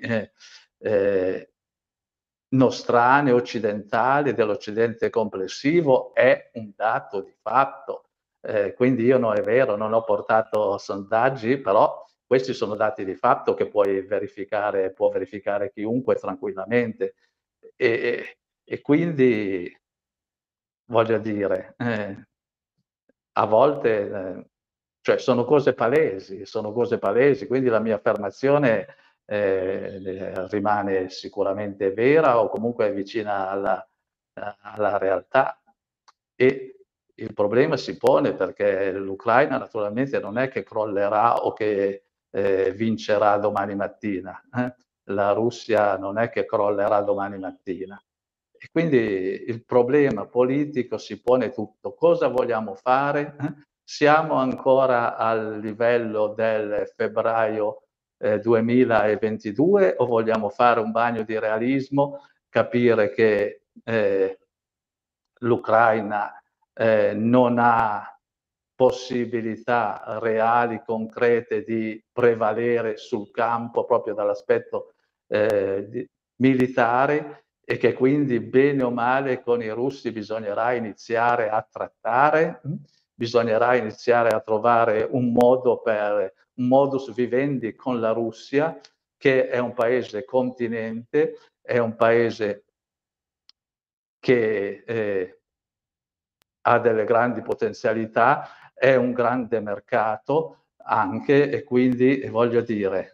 nostrane, occidentali, dell'Occidente complessivo, è un dato di fatto. Quindi io, no, è vero, non ho portato sondaggi, però questi sono dati di fatto che può verificare chiunque tranquillamente. E quindi voglio dire, a volte cioè sono cose palesi, quindi la mia affermazione rimane sicuramente vera, o comunque vicina alla realtà. E il problema si pone perché l'Ucraina naturalmente non è che crollerà o che vincerà domani mattina. La Russia non è che crollerà domani mattina. E quindi il problema politico si pone tutto. Cosa vogliamo fare? Siamo ancora al livello del febbraio 2022 o vogliamo fare un bagno di realismo, capire che l'Ucraina non ha possibilità reali, concrete di prevalere sul campo proprio dall'aspetto militare, e che quindi bene o male con i russi bisognerà iniziare a trattare, bisognerà iniziare a trovare un modus vivendi con la Russia, che è un paese continente, è un paese che ha delle grandi potenzialità, è un grande mercato anche, e quindi voglio dire,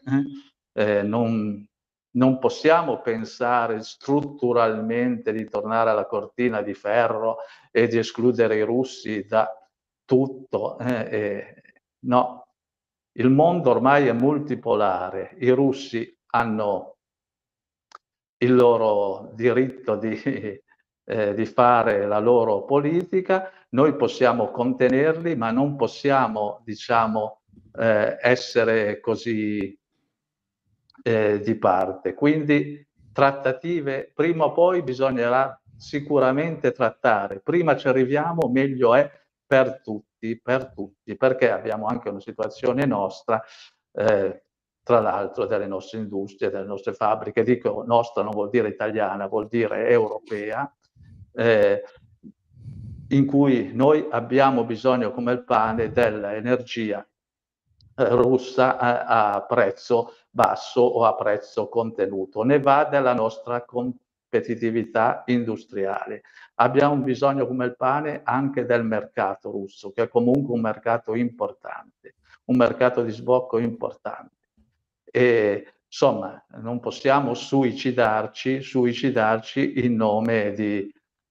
non possiamo pensare strutturalmente di tornare alla cortina di ferro e di escludere i russi da tutto. No, il mondo ormai è multipolare, i russi hanno il loro diritto di fare la loro politica, noi possiamo contenerli, ma non possiamo, diciamo, essere così di parte. Quindi trattative, prima o poi bisognerà sicuramente trattare. Prima ci arriviamo, meglio è per tutti, perché abbiamo anche una situazione nostra, tra l'altro delle nostre industrie, delle nostre fabbriche. Dico nostra, non vuol dire italiana, vuol dire europea, in cui noi abbiamo bisogno, come il pane, dell'energia russa a prezzo basso o a prezzo contenuto. Ne va della nostra competitività industriale. Abbiamo bisogno, come il pane, anche del mercato russo, che è comunque un mercato importante, un mercato di sbocco importante. E insomma, non possiamo suicidarci in nome di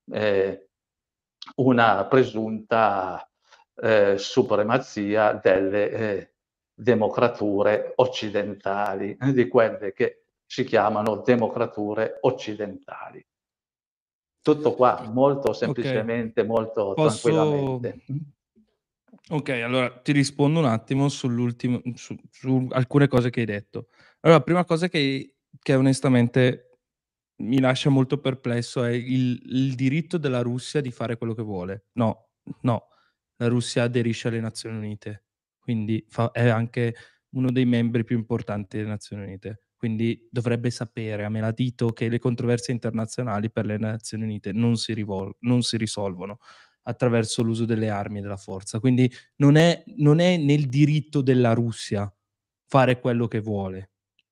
una presunta supremazia delle democrature occidentali, di quelle che si chiamano democrature occidentali. Tutto qua, molto semplicemente, molto tranquillamente. Ok, allora ti rispondo un attimo su alcune cose che hai detto. Allora, la prima cosa che onestamente mi lascia molto perplesso è il diritto della Russia di fare quello che vuole. No, la Russia aderisce alle Nazioni Unite, quindi è anche uno dei membri più importanti delle Nazioni Unite. Quindi dovrebbe sapere a menadito che le controversie internazionali per le Nazioni Unite non si risolvono attraverso l'uso delle armi e della forza. Quindi non è nel diritto della Russia fare quello che vuole.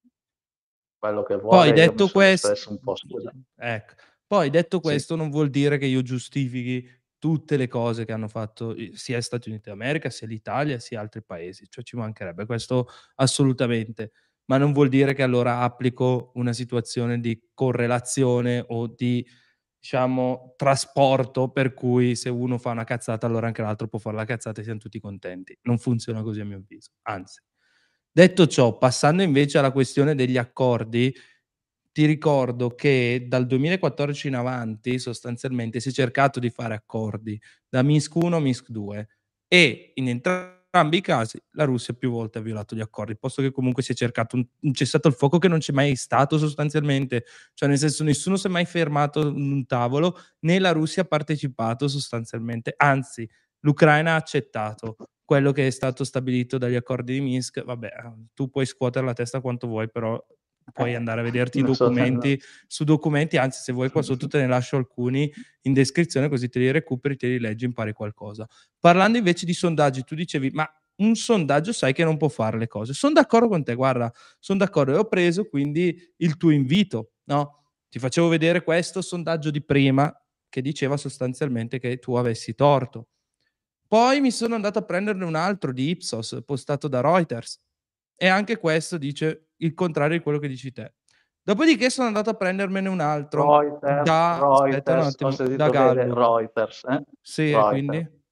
Quello che Poi vuole, io mi detto sono questo, espresso un po', scusa. ecco, poi detto Sì. questo non vuol dire che io giustifichi tutte le cose che hanno fatto sia gli Stati Uniti d'America, sia l'Italia, sia altri paesi, cioè ci mancherebbe, questo assolutamente, ma non vuol dire che allora applico una situazione di correlazione o di, diciamo, trasporto per cui se uno fa una cazzata allora anche l'altro può fare la cazzata e siamo tutti contenti. Non funziona così a mio avviso, anzi. Detto ciò, passando invece alla questione degli accordi, ti ricordo che dal 2014 in avanti sostanzialmente si è cercato di fare accordi, da Minsk 1 a Minsk 2 e in entrambi i casi la Russia più volte ha violato gli accordi, posto che comunque si è cercato un cessato il fuoco che non c'è mai stato sostanzialmente, cioè nel senso nessuno si è mai fermato in un tavolo, né la Russia ha partecipato sostanzialmente, anzi l'Ucraina ha accettato quello che è stato stabilito dagli accordi di Minsk. Vabbè, tu puoi scuotere la testa quanto vuoi, però puoi andare a vederti i documenti su documenti, anzi se vuoi qua sotto te ne lascio alcuni in descrizione così te li recuperi, te li leggi, impari qualcosa. Parlando invece di sondaggi, tu dicevi ma un sondaggio sai che non può fare le cose. Sono d'accordo con te, guarda, sono d'accordo e ho preso quindi il tuo invito, no? Ti facevo vedere questo sondaggio di prima che diceva sostanzialmente che tu avessi torto. Poi mi sono andato a prenderne un altro di Ipsos, postato da Reuters, e anche questo dice il contrario di quello che dici te. Dopodiché sono andato a prendermene un altro aspetta un Reuters, ho attimo, da sentito bene, Gallup. Reuters, Sì, e Reuters. quindi?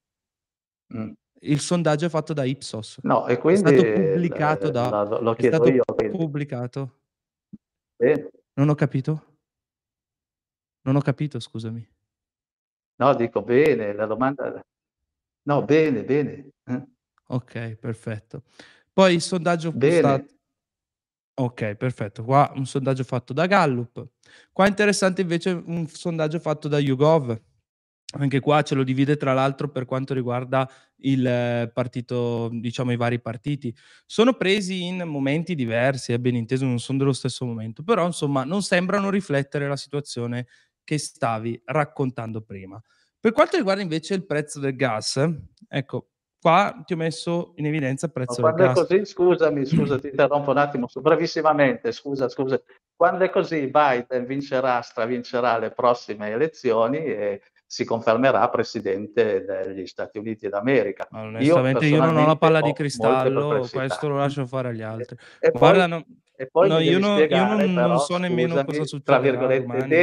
Il sondaggio è fatto da Ipsos. No, e È quindi stato pubblicato lo è chiedo stato io, quindi. pubblicato. Bene. Non ho capito? Non ho capito, scusami. No, dico bene, la domanda no, bene, bene. Okay, perfetto. Poi il sondaggio Bene. okay, perfetto. Qua un sondaggio fatto da Gallup. Qua è interessante invece un sondaggio fatto da YouGov. Anche qua ce lo divide tra l'altro per quanto riguarda il partito, diciamo i vari partiti. Sono presi in momenti diversi, ben inteso, non son dello stesso momento, però insomma non sembrano riflettere la situazione che stavi raccontando prima. Per quanto riguarda invece il prezzo del gas, ecco, qua ti ho messo in evidenza il Ma prezzo del quando è gas. così, scusami, scusa, ti interrompo un attimo, brevissimamente, scusa. Quando è così Biden stravincerà le prossime elezioni e si confermerà presidente degli Stati Uniti d'America. Io Onestamente io non ho la personalmente palla di ho molte cristallo, questo perplessità. lo lascio fare agli altri. E Guarda, poi no, mi devi io spiegare non però, so nemmeno cosa scusami, tra succederà virgolette, domani.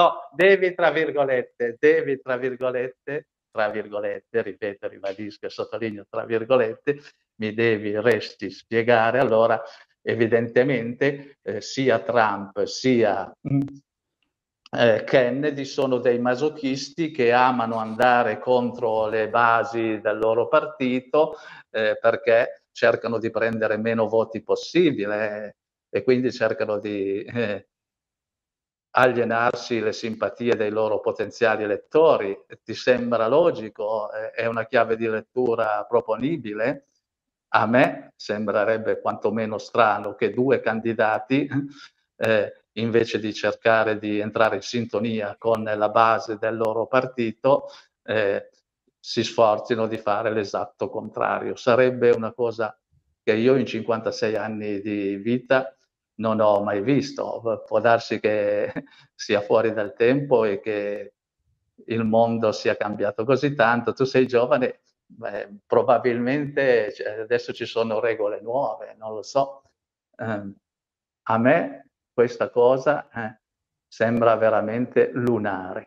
tra virgolette, ripeto, ribadisco e sottolineo tra virgolette, resti spiegare allora evidentemente sia Trump sia Kennedy sono dei masochisti che amano andare contro le basi del loro partito perché cercano di prendere meno voti possibile e quindi cercano di alienarsi le simpatie dei loro potenziali elettori. Ti sembra logico? È una chiave di lettura proponibile? A me sembrerebbe quantomeno strano che due candidati, invece di cercare di entrare in sintonia con la base del loro partito, si sforzino di fare l'esatto contrario. Sarebbe una cosa che io in 56 anni di vita non ho mai visto. Può darsi che sia fuori dal tempo e che il mondo sia cambiato così tanto. Tu sei giovane, probabilmente adesso ci sono regole nuove, non lo so. A me questa cosa sembra veramente lunare.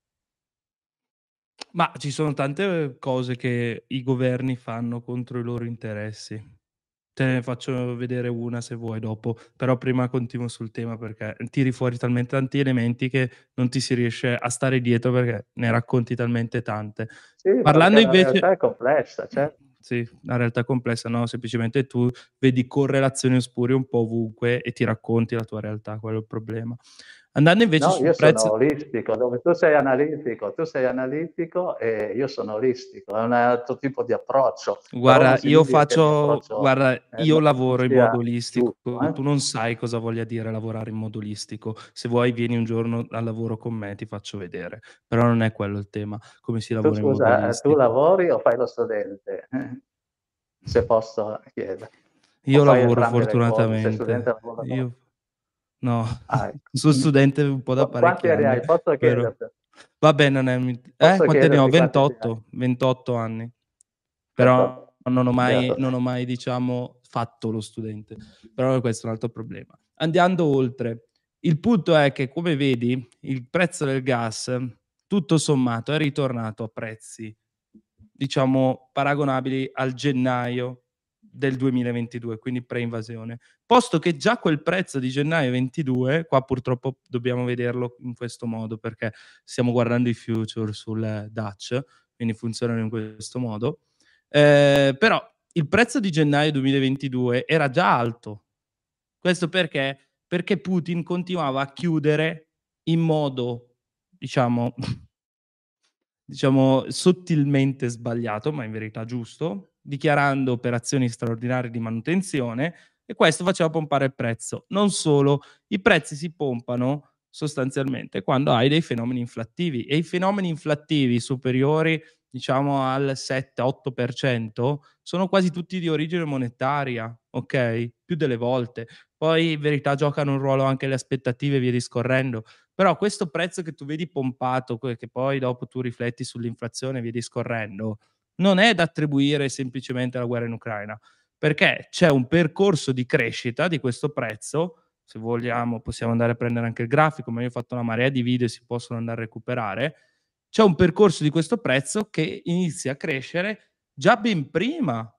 Ma ci sono tante cose che i governi fanno contro i loro interessi. Te ne faccio vedere una se vuoi dopo, però prima continuo sul tema perché tiri fuori talmente tanti elementi che non ti si riesce a stare dietro perché ne racconti talmente tante. Sì, Parlando perché la invece realtà è complessa, sì, la realtà è complessa, no, semplicemente tu vedi correlazioni oscure un po' ovunque e ti racconti la tua realtà, quello è il problema. Andando invece No, sul io sono prezzo olistico, dove tu sei analitico e io sono olistico, è un altro tipo di approccio, però non Guarda, io significa che il mio faccio approccio guarda, io non lavoro in sia modo olistico. giusto, Tu non sai cosa voglia dire lavorare in modo olistico. Se vuoi vieni un giorno al lavoro con me, ti faccio vedere. Però non è quello il tema, come si Tu lavora in modo scusa, tu olistico. lavori o fai lo studente? Se posso chiedere. O Io fai lavoro entrambe le cose? Sei studente fortunatamente. o lavoratore? Io no, Ah, ecco. son studente un po' da Quanti parecchi anni anni, hai? Posso però chiederti? vabbè non è un Posso quanti anni ho? chiederti quanti anni hai? 28, 28 anni. Però 28. non Beato te. ho mai diciamo fatto lo studente, però questo è un altro problema. Andando oltre, il punto è che come vedi il prezzo del gas tutto sommato è ritornato a prezzi, diciamo paragonabili al gennaio del 2022, quindi pre-invasione. Posto che già quel prezzo di gennaio 22, qua purtroppo dobbiamo vederlo in questo modo perché stiamo guardando i future sul Dutch, quindi funzionano in questo modo. Però il prezzo di gennaio 2022 era già alto. Questo perché? Perché Putin continuava a chiudere in modo, diciamo diciamo sottilmente sbagliato, ma in verità giusto, dichiarando operazioni straordinarie di manutenzione e questo faceva pompare il prezzo. Non solo, i prezzi si pompano sostanzialmente quando hai dei fenomeni inflattivi e i fenomeni inflattivi superiori diciamo al 7-8% sono quasi tutti di origine monetaria, ok? Più delle volte. Poi in verità giocano un ruolo anche le aspettative e via discorrendo, però questo prezzo che tu vedi pompato, che poi dopo tu rifletti sull'inflazione e via discorrendo, non è da attribuire semplicemente alla guerra in Ucraina, perché c'è un percorso di crescita di questo prezzo, se vogliamo possiamo andare a prendere anche il grafico, ma io ho fatto una marea di video e si possono andare a recuperare. C'è un percorso di questo prezzo che inizia a crescere già ben prima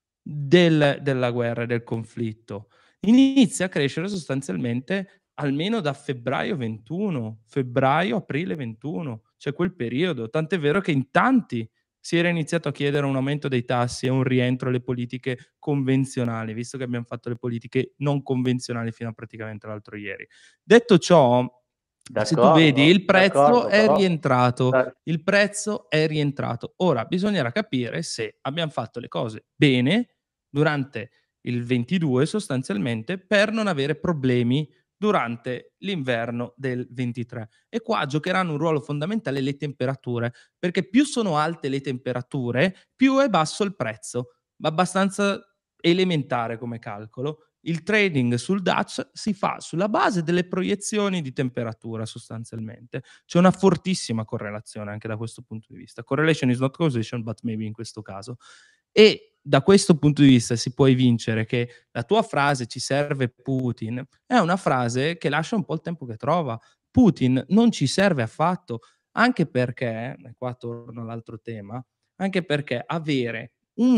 della guerra e del conflitto. Inizia a crescere sostanzialmente almeno da febbraio 21, febbraio-aprile 21, cioè quel periodo. Tant'è vero che in tanti si era iniziato a chiedere un aumento dei tassi e un rientro alle politiche convenzionali, visto che abbiam fatto le politiche non convenzionali fino a praticamente l'altro ieri. Detto ciò, se tu vedi il prezzo è Però rientrato, il prezzo è rientrato. Ora bisognerà capire se abbiam fatto le cose bene durante il 22 sostanzialmente per non avere problemi durante l'inverno del 23. E qua giocheranno un ruolo fondamentale le temperature, perché più sono alte le temperature, più è basso il prezzo. Ma abbastanza elementare come calcolo. Il trading sul Dutch si fa sulla base delle proiezioni di temperatura sostanzialmente. C'è una fortissima correlazione anche da questo punto di vista. Correlation is not causation, but maybe in questo caso. E da questo punto di vista si può evincere che la tua frase "ci serve Putin" è una frase che lascia un po' il tempo che trova. Putin non ci serve affatto, anche perché, e qua torno all'altro tema, anche perché avere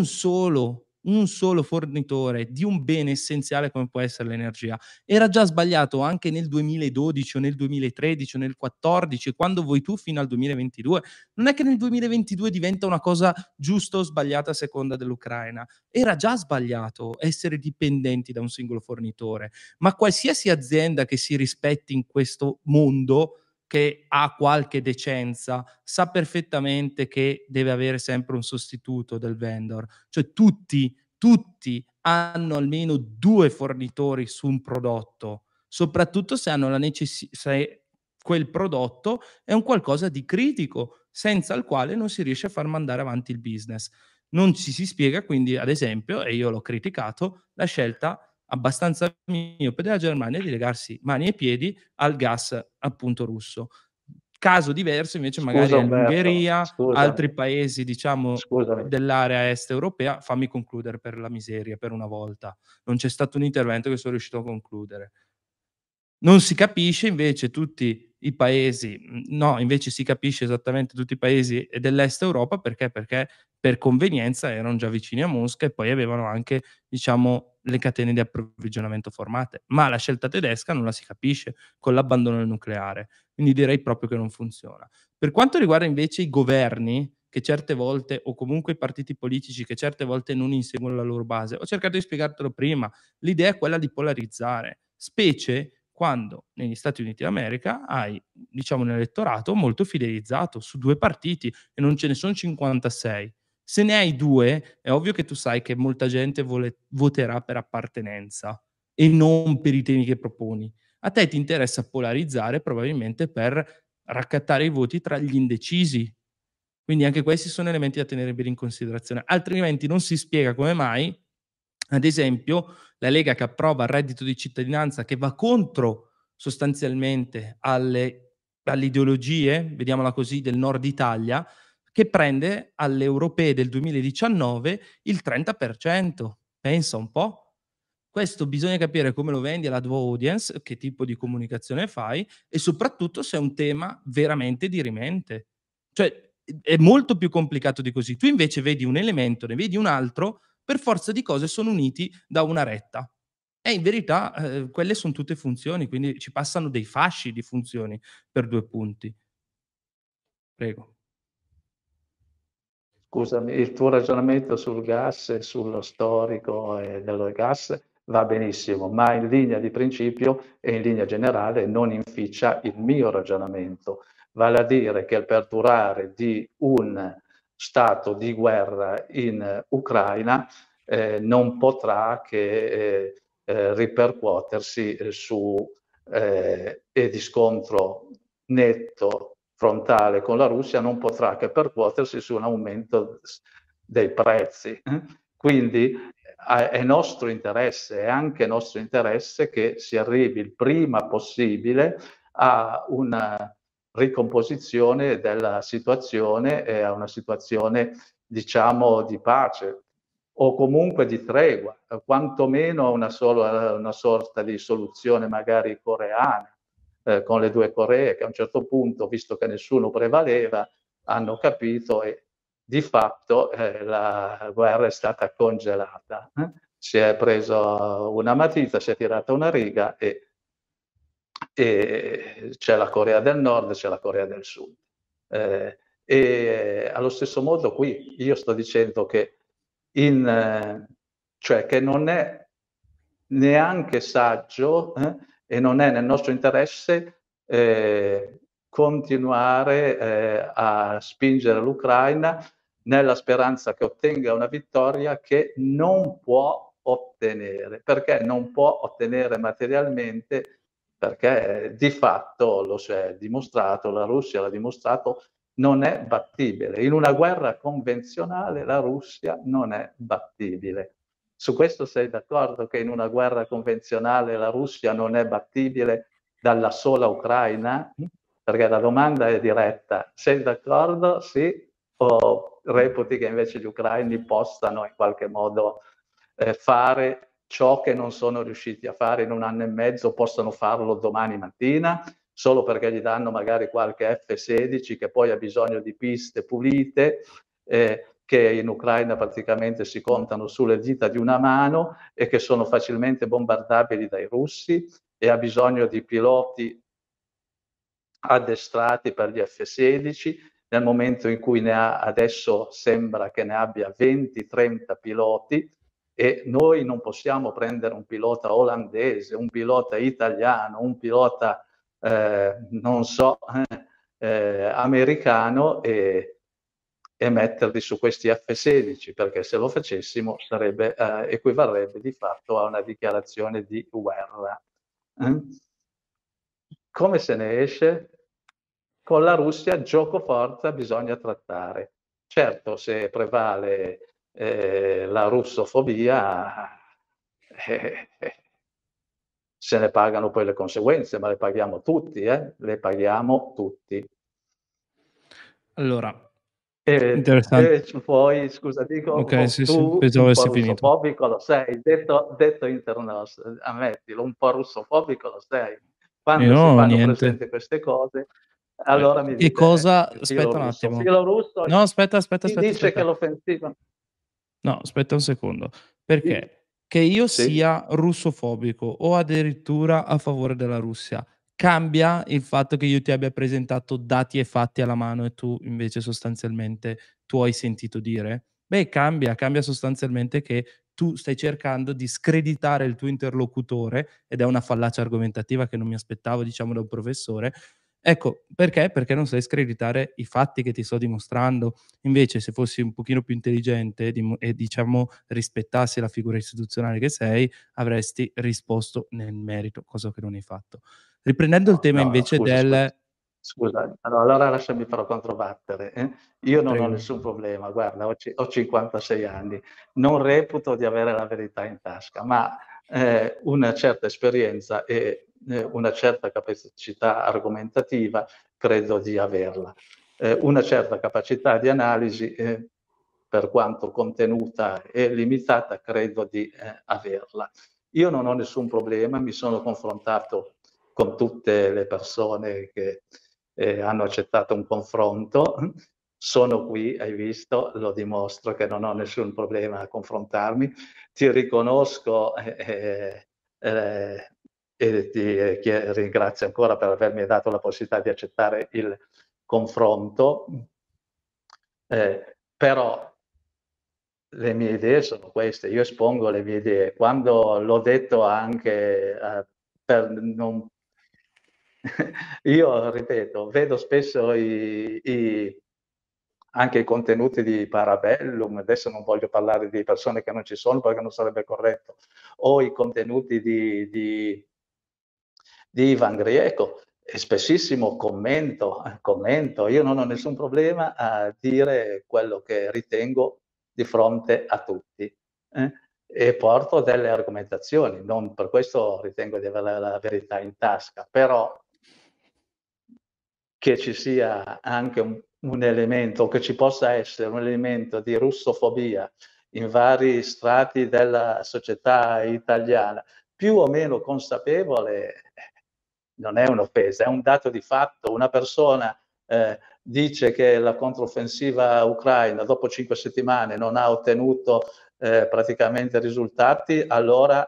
un solo fornitore di un bene essenziale come può essere l'energia, era già sbagliato anche nel 2012 o nel 2013 o nel 14, quando vuoi tu fino al 2022. Non è che nel 2022 diventa una cosa giusta o sbagliata a seconda dell'Ucraina. Era già sbagliato essere dipendenti da un singolo fornitore, ma qualsiasi azienda che si rispetti in questo mondo, che ha qualche decenza, sa perfettamente che deve avere sempre un sostituto del vendor. Cioè tutti hanno almeno 2 fornitori su un prodotto, soprattutto se hanno se quel prodotto è un qualcosa di critico. senza il quale non si riesce a far mandare avanti il business. Non ci si spiega quindi, ad esempio, e io l'ho criticato, la scelta abbastanza miope della Germania di legarsi mani e piedi al gas appunto russo. Caso diverso invece magari Scusa è Umberto, l'Ungheria, altri scusami, paesi diciamo scusami. dell'area est europea. Fammi concludere per la miseria, per una volta. Non c'è stato un intervento che sono riuscito a concludere. Non si capisce invece tutti i paesi no, invece si capisce esattamente tutti i paesi dell'Est Europa perché? Perché per convenienza eran già vicini a Mosca e poi avevano anche, diciamo, le catene di approvvigionamento formate. Ma la scelta tedesca non la si capisce con l'abbandono del nucleare, quindi direi proprio che non funziona. Per quanto riguarda invece i governi, che certe volte o comunque i partiti politici che certe volte non inseguono la loro base, ho cercato di spiegartelo prima, l'idea è quella di polarizzare, specie quando negli Stati Uniti d'America hai, diciamo, un elettorato molto fidelizzato su 2 partiti e non ce ne son 56. Se ne hai 2 è ovvio che tu sai che molta gente voterà per appartenenza e non per i temi che proponi. A te ti interessa polarizzare probabilmente per raccattare i voti tra gli indecisi. Quindi anche questi sono elementi da tenere bene in considerazione, altrimenti non si spiega come mai, ad esempio, la Lega che approva il reddito di cittadinanza che va contro sostanzialmente alle ideologie, vediamola così, del Nord Italia, che prende alle europee del 2019 il 30%. Pensa un po'. Questo bisogna capire come lo vendi alla tua audience, che tipo di comunicazione fai e soprattutto se è un tema veramente dirimente. Cioè, è molto più complicato di così. Tu invece vedi un elemento, ne vedi un altro, per forza di cose sono uniti da una retta. E in verità, quelle son tutte funzioni, quindi ci passano dei fasci di funzioni per 2 punti. Prego. Scusami, il tuo ragionamento sul gas e sullo storico, del gas va benissimo, ma in linea di principio e in linea generale non inficia il mio ragionamento. Vale a dire che il perdurare di un stato di guerra in Ucraina, non potrà che, ripercuotersi, su e di scontro netto frontale con la Russia non potrà che percuotersi su un aumento dei prezzi. Quindi è nostro interesse, è anche nostro interesse che si arrivi il prima possibile a una ricomposizione della situazione e a una situazione, diciamo, di pace o comunque di tregua, quantomeno una sorta di soluzione magari coreana, con le 2 Coree che a un certo punto, visto che nessuno prevaleva, hanno capito e di fatto, la guerra è stata congelata. Si è preso una matita, si è tirata una riga e c'è la Corea del Nord, c'è la Corea del Sud. E allo stesso modo qui io sto dicendo che cioè che non è neanche saggio, e non è nel nostro interesse, continuare, a spingere l'Ucraina nella speranza che ottenga una vittoria che non può ottenere. Perché non può ottenere materialmente? Perché di fatto lo si è dimostrato, la Russia l'ha dimostrato, non è battibile. In una guerra convenzionale la Russia non è battibile. Su questo sei d'accordo che in una guerra convenzionale la Russia non è battibile dalla sola Ucraina? Perché la domanda è diretta. Sei d'accordo? Sì? O reputi che invece gli ucraini possano in qualche modo fare ciò che non sono riusciti a fare in 1 anno e mezzo, possano farlo domani mattina, solo perché gli danno magari qualche F-16 che poi ha bisogno di piste pulite, che in Ucraina praticamente si contano sulle dita di una mano e che sono facilmente bombardabili dai russi e ha bisogno di piloti addestrati per gli F-16, nel momento in cui ne ha adesso sembra che ne abbia 20-30 piloti e noi non possiamo prendere un pilota olandese, un pilota italiano, un pilota non so, americano e metterli su questi F-16, perché se lo facessimo sarebbe equivarrebbe di fatto a una dichiarazione di guerra. Come se ne esce? con la Russia gioco forza bisogna trattare. Certo, se prevale la russofobia, se ne pagano poi le conseguenze, ma le paghiamo tutti, le paghiamo tutti. Allora, E interessante. poi, scusa, dico, Ok, sì, sì, tu pensavo un po' avessi finito. russofobico lo sei, detto internos, ammettilo, un po' russofobico lo sei. Io Quando si no, fanno niente. presente queste cose, allora mi Che dite, cosa? filo Aspetta un russo. attimo. Filo russo, No, aspetta. chi dice che l'offensiva... No, aspetta un secondo. Sì, Perché che io sì. sia russofobico o addirittura a favore della Russia, cambia il fatto che io ti abbia presentato dati e fatti alla mano e tu invece sostanzialmente tu hai sentito dire? Beh, cambia sostanzialmente che tu stai cercando di screditare il tuo interlocutore ed è una fallacia argomentativa che non mi aspettavo, diciamo, da un professore. Ecco, perché? Perché non sai screditare i fatti che ti sto dimostrando. Invece se fossi un pochino più intelligente e diciamo rispettassi la figura istituzionale che sei, avresti risposto nel merito, cosa che non hai fatto. Riprendendo il No, tema no, invece del scusa, allora lasciami però controbattere. Io non ho prego. nessun problema, guarda, ho 56 anni, non reputo di avere la verità in tasca, ma una certa esperienza e una certa capacità argomentativa credo di averla. Una certa capacità di analisi, per quanto contenuta e limitata, credo di averla. Io non ho nessun problema, mi sono confrontato con tutte le persone che hanno accettato un confronto. Sono qui, hai visto, lo dimostro che non ho nessun problema a confrontarmi. Ti riconosco e ti ringrazio ancora per avermi dato la possibilità di accettare il confronto. Però le mie idee sono queste, io espongo le mie idee. Quando l'ho detto anche per non... Io, ripeto, vedo spesso anche i contenuti di Parabellum, adesso non voglio parlare di persone che non ci sono perché non sarebbe corretto, o i contenuti di Ivan Grieco, e spessissimo commento, io non ho nessun problema a dire quello che ritengo di fronte a tutti, e porto delle argomentazioni, non per questo ritengo di avere la verità in tasca, però che ci sia anche un elemento, che ci possa essere un elemento di russofobia in vari strati della società italiana, più o meno consapevole, non è un'offesa, è un dato di fatto. Una persona dice che la controffensiva ucraina dopo 5 settimane non ha ottenuto praticamente risultati, allora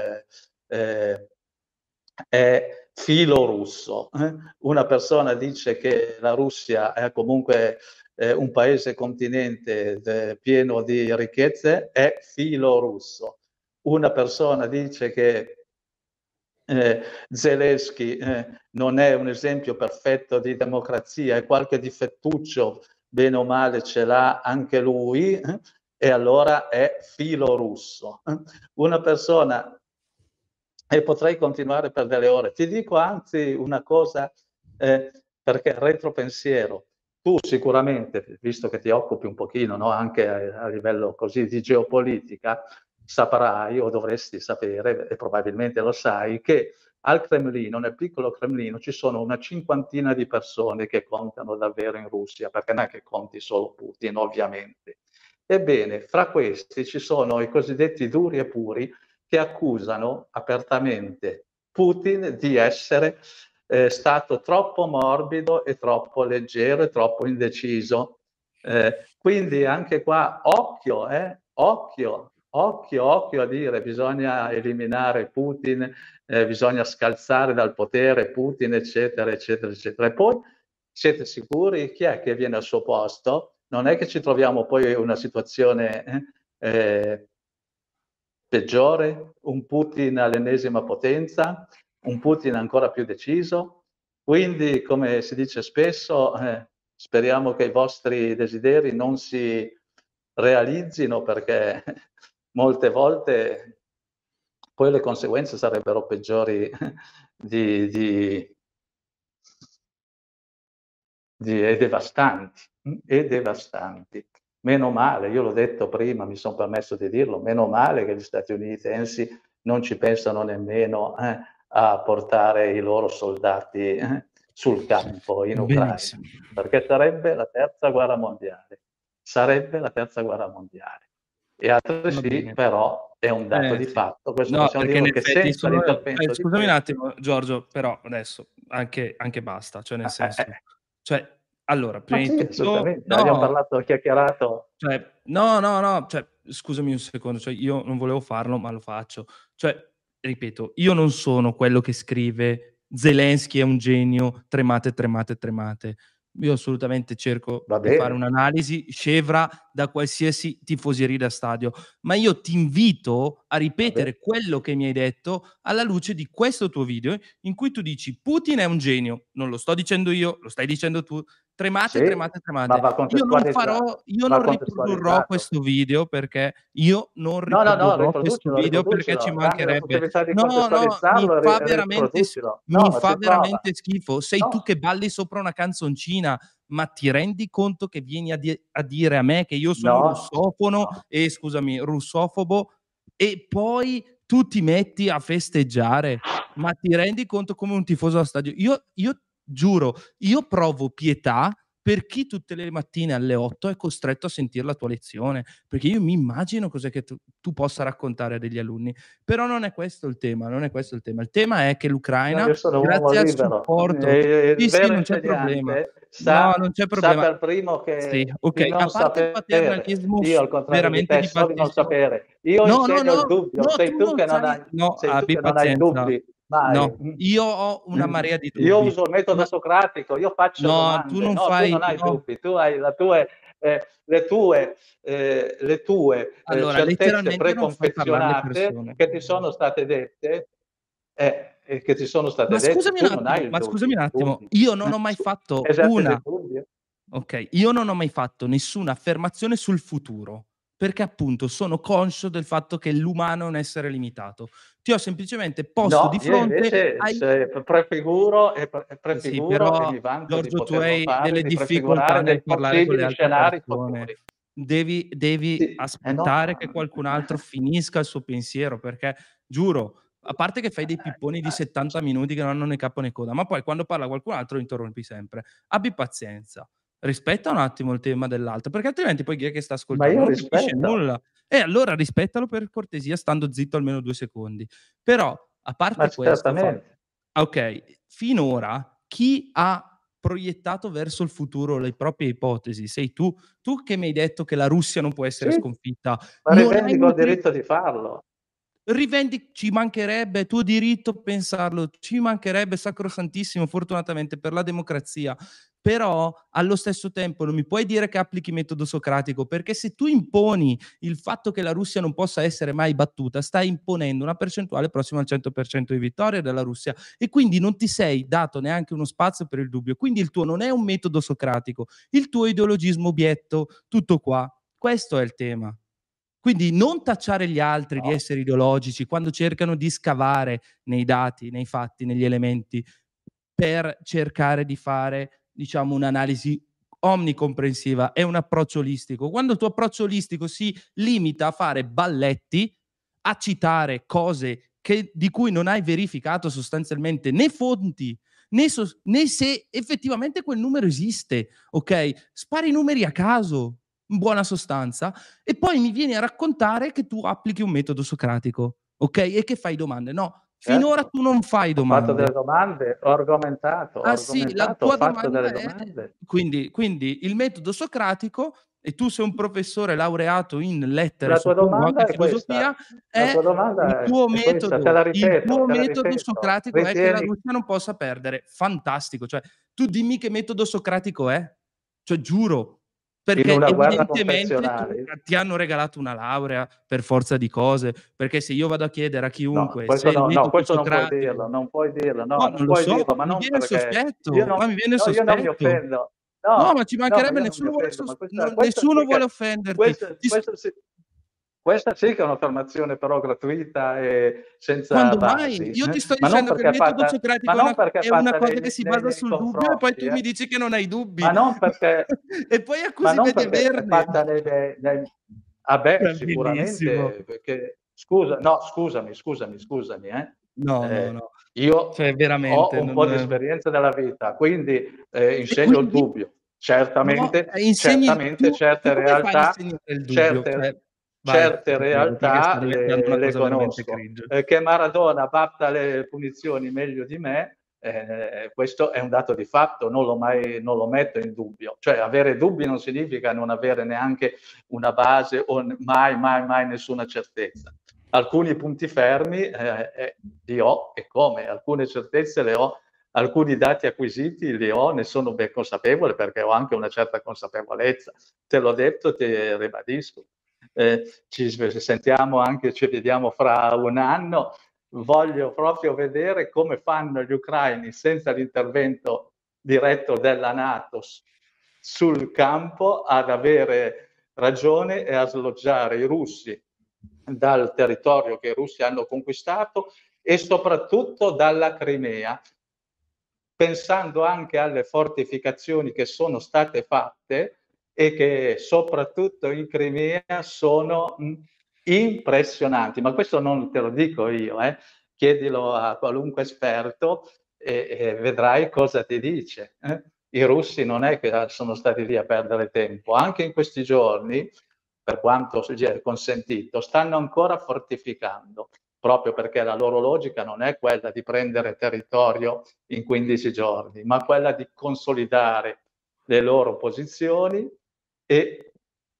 è filo russo. Una persona dice che la Russia è comunque un paese continente pieno di ricchezze, è filo russo. Una persona dice che Zelensky non è un esempio perfetto di democrazia e qualche difettuccio bene o male ce l'ha anche lui, e allora è filo russo. Una persona, e potrei continuare per delle ore, ti dico anzi una cosa, perché retropensiero, tu sicuramente, visto che ti occupi un pochino, no, anche a livello così di geopolitica, saprai o dovresti sapere, e probabilmente lo sai, che al Cremlino, nel piccolo Cremlino, ci sono una cinquantina di persone che contano davvero in Russia, perché non è che conti solo Putin, ovviamente. Ebbene, fra questi ci sono i cosiddetti duri e puri che accusano apertamente Putin di essere stato troppo morbido e troppo leggero e troppo indeciso. Quindi anche qua occhio a dire bisogna eliminare Putin, bisogna scalzare dal potere Putin, eccetera, eccetera, eccetera. E poi siete sicuri chi è che viene al suo posto? Non è che ci troviamo poi in una situazione peggiore, un Putin all'ennesima potenza, un Putin ancora più deciso. Quindi, come si dice spesso, speriamo che i vostri desideri non si realizzino, perché molte volte poi le conseguenze sarebbero peggiori di e devastanti, e devastanti. Meno male, io l'ho detto prima, mi son permesso di dirlo, meno male che gli statunitensi non ci pensano nemmeno, a portare i loro soldati, sul campo in Ucraina, Benissimo. perché sarebbe la terza guerra mondiale. Sarebbe la terza guerra mondiale. E Va altresì bene. però è un dato di Sì. fatto, questo No, possiamo perché in dirlo, che effetti senza l'intervento di scusami un questi attimo Giorgio, però adesso anche basta, cioè nel senso, cioè allora Ma prima di sì, tutto assolutamente, abbiamo parlato, chiacchierato. cioè no, cioè scusami un secondo, cioè io non volevo farlo, ma lo faccio. Cioè, ripeto, io non sono quello che scrive: "Zelensky è un genio, tremate, tremate, tremate". Io assolutamente cerco Va di fare bene. un'analisi scevra da qualsiasi tifoseria da stadio, ma io ti invito a Va bene. ripetere quello che mi hai detto alla luce di questo tuo video in cui tu dici: "Putin è un genio". Non lo sto dicendo io, lo stai dicendo tu. Tremate, Sì, tremate, ma tremate. va contestualizzato, Io va non riprodurrò contestualizzato. questo video perché No, ci riproducilo, hai la mancherebbe. possibilità di No, contestualizzarlo e mi riproducilo. No, non fa si prova. veramente schifo. Sei tu No, che balli sopra una canzoncina, ma ti rendi conto che vieni a dire a me che io sono no, russofono no. russofobo e poi tu ti metti a festeggiare? Ma ti rendi conto come un tifoso da stadio io giuro, io provo pietà per chi tutte le mattine alle 8 è costretto a sentir la tua lezione, perché io mi immagino cos'è che tu possa raccontare a degli alunni. Però non è questo il tema, non è questo il tema. Il tema è che No, l'Ucraina, io sono un uomo grazie al libero. supporto Il sì, vero non c'è problema. insegnante No, non c'è sa problema. per primo Sì, che di okay. non A parte il sapere. paternalismo Io al contrario di veramente te di so di non battesimo sapere. Io no, no, insegno il no, dubbio, no, sei tu tu non che non sai hai no, sei tu abbi che non hai pazienza. dubbi mai. No, io ho una marea di Io dubbi, uso il metodo ma socratico, io faccio no, tu domande. non No, tu fai non hai no. dubbi, tu hai le tue Allora, certezze letteralmente non fai parlar le preconfezionate persone. che ti sono state dette e che ti sono state Ma dette. scusami un Tu non hai attimo, il ma scusami dubbio, un attimo, punto. io non ho mai fatto Eserciti il dubbio? io non ho mai fatto nessuna affermazione sul futuro, perché appunto sono conscio del fatto che l'umano è un essere limitato. Ti ho semplicemente posto No, di io fronte invece ai prefiguro sì, e però mi vanto di Giorgio tu poterlo hai fare, delle di difficoltà prefigurare nel dei parlare con le possibili altre scenari persone. futuri. Devi Sì, aspettare che no. qualcun altro finisca il suo pensiero, perché giuro, a parte che fai dei pipponi di 70 minuti che non hanno né capo né coda, ma poi quando parla qualcun altro interrompi sempre. Abbi pazienza, rispetta un attimo il tema dell'altro, perché altrimenti poi chi è che sta Ma ascoltando io non capisce rispetto. nulla. E allora rispettalo per cortesia stando zitto almeno 2 secondi. Però, a Ma parte questo fa certamente. okay, finora chi ha proiettato verso il futuro le proprie ipotesi sei tu. Tu che mi hai detto che la Russia non può essere Sì, sconfitta, ma non hai rivendico il nutri diritto di farlo. ci mancherebbe, è tuo diritto pensarlo, ci mancherebbe, sacrosantissimo, fortunatamente per la democrazia. Però allo stesso tempo non mi puoi dire che applichi metodo socratico, perché se tu imponi il fatto che la Russia non possa essere mai battuta, stai imponendo una percentuale prossima al 100% di vittoria della Russia e quindi non ti sei dato neanche uno spazio per il dubbio. Quindi il tuo non è un metodo socratico, il tuo ideologismo obietto, tutto qua. Questo è il tema. Quindi non tacciare gli altri di No. essere ideologici quando cercano di scavare nei dati, nei fatti, negli elementi, per cercare di fare, diciamo, un'analisi omnicomprensiva e un approccio olistico. Quando il tuo approccio olistico si limita a fare balletti, a citare cose di cui non hai verificato sostanzialmente né fonti, né se effettivamente quel numero esiste, okay? Spari numeri a caso, in buona sostanza, e poi mi vieni a raccontare che tu applichi un metodo socratico, okay? E che fai domande. No, finora Certo. tu non fai Ho fatto domande. delle domande, ho Ah sì, la argomentato, ho tua fatto domanda delle è domande. quindi il metodo socratico, e tu sei un professore laureato in lettere, La tua suppongo domanda anche è filosofia, questa. La è tua domanda è questa, il tuo te la metodo ripeto. socratico è che la Ritieni Russia non possa perdere. Fantastico, cioè tu dimmi che metodo socratico è. Cioè giuro, in perché una guerra evidentemente confessionale? ti hanno regalato una laurea per forza di cose, perché se io vado a chiedere a No, chiunque se questo il no, no, metodo questo non puoi socratico dirlo, non puoi dirlo, no, no, non non lo puoi so, dirlo, ma mi non viene il perché io sospetto, non ma mi viene il no, io non mi sospetto. offendo. No, ma No, ci no, ma mancherebbe, io non mi offendo, ma nessuno vuole offenderti. questo sì Questa sì che è una formazione però gratuita e senza Quando mai? basi, Io ti sto ma non dicendo che il perché è metodo fatta, socratico è una fatta cosa che si basa nei sul dubbio e poi confronti, tu mi dici che non hai dubbi. ma non perché, E poi ma accusi non me di perché è averne. fatta ah beh, È bellissimo. sicuramente, perché scusa, no, scusami, No, no, no. io Cioè ho veramente un po' di non esperienza della vita, quindi e insegno il quindi? dubbio. No, Certamente, insegni il tu certe come fai a realtà, insegnare il dubbio? certe, Cioè vai, certe ti prego, perché sta realtà diventando una le cosa veramente conosco. cringe. Che Maradona batta le punizioni meglio di me, questo è un dato di fatto, non lo metto in dubbio. Cioè, avere dubbi non significa non avere neanche una base o mai nessuna certezza. Alcuni punti fermi li ho, e come, alcune certezze le ho, alcuni dati acquisiti li ho, ne sono ben consapevole perché ho anche una certa consapevolezza. Te l'ho detto, te ribadisco. Ci sentiamo anche, ci vediamo fra un anno. Voglio proprio vedere come fanno gli ucraini senza l'intervento diretto della NATO sul campo ad avere ragione e a sloggiare i russi dal territorio che i russi hanno conquistato e soprattutto dalla Crimea, pensando anche alle fortificazioni che sono state fatte e che soprattutto in Crimea sono impressionanti. Ma questo non te lo dico io, chiedilo a qualunque esperto e vedrai cosa ti dice. I russi non è che sono stati lì a perdere tempo, anche in questi giorni, per quanto è consentito, stanno ancora fortificando, proprio perché la loro logica non è quella di prendere territorio in 15 giorni, ma quella di consolidare le loro posizioni, e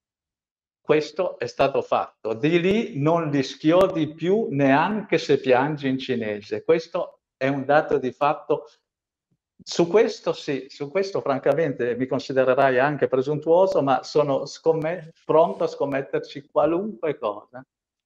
questo è stato fatto. Di lì non li schiodi più neanche se piangi in cinese. Questo è un dato di fatto. Su questo sì, su questo francamente mi considererai anche presuntuoso, ma sono pronto a scommetterci qualunque cosa.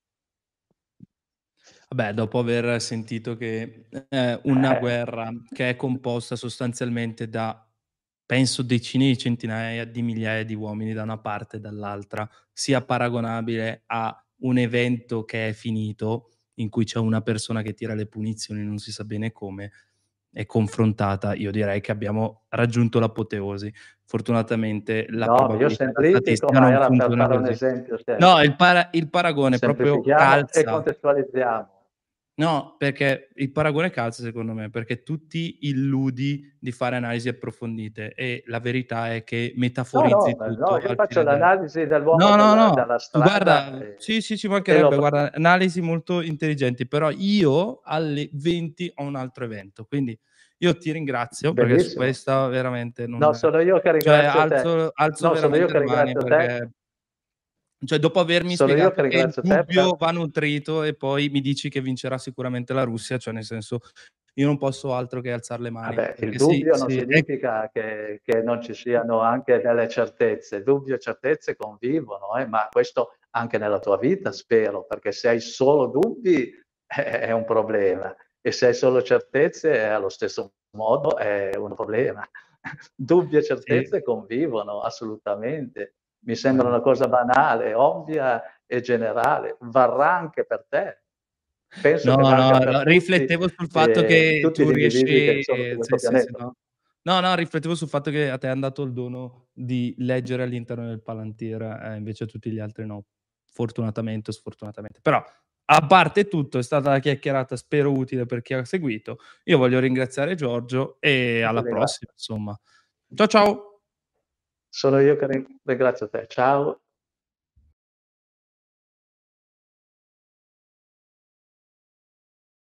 Vabbè, dopo aver sentito che una guerra che è composta sostanzialmente da, penso, decine di centinaia di migliaia di uomini da una parte e dall'altra, sia paragonabile a un evento che è finito, in cui c'è una persona che tira le punizioni, non si sa bene come, è confrontata, io direi che abbiamo raggiunto l'apoteosi. Fortunatamente la No, io probabilità semplifico, statistica ma non era per funziona fare un così. esempio No, semplice. il paragone proprio Semplifichiamo e calza. contestualizziamo. No, perché il paragone calza secondo me, perché tu ti illudi di fare analisi approfondite e la verità è che metaforizzi No, tutto io al faccio fine de l'analisi dell'uomo no, no, no, dalla strada guarda sì, sì, ci e lo mancherebbe, guarda, analisi molto intelligenti, però io alle 20 ho un altro evento, quindi io ti ringrazio perché su benissimo. questa veramente No, non sono io che cioè ringrazio te. alzo No, sono io veramente che le mani ringrazio te. perché cioè dopo avermi Sono io che spiegato che il ringrazio te dubbio per... va nutrito e poi mi dici che vincerà sicuramente la Russia, cioè nel senso io non posso altro che alzar le mani, Vabbè, il perché sì, dubbio non sì, è significa che non ci siano anche delle certezze. Dubbio e certezze convivono, ma questo anche nella tua vita, spero, perché se hai solo dubbi è un problema, e se hai solo certezze allo stesso modo è un problema. Dubbi e sì, certezze convivono assolutamente. Mi sembra guarda una cosa banale, ovvia e generale. Varrà anche per te. Penso no, che valga no, per no, riflettevo sul fatto che tutti tu gli individui che riesci sono su sì, questo sì, sì, pianeta. no. No, no, riflettevo sul fatto che a te han dato il dono di leggere all'interno del Palantir, invece a tutti gli altri no, fortunatamente o sfortunatamente. Però, a parte tutto, è stata una chiacchierata spero utile per chi ha seguito. Io voglio ringraziare Giorgio e Io ti alla ringrazio. prossima, insomma. Ciao, ciao. Sono io che ringrazio te. Ciao.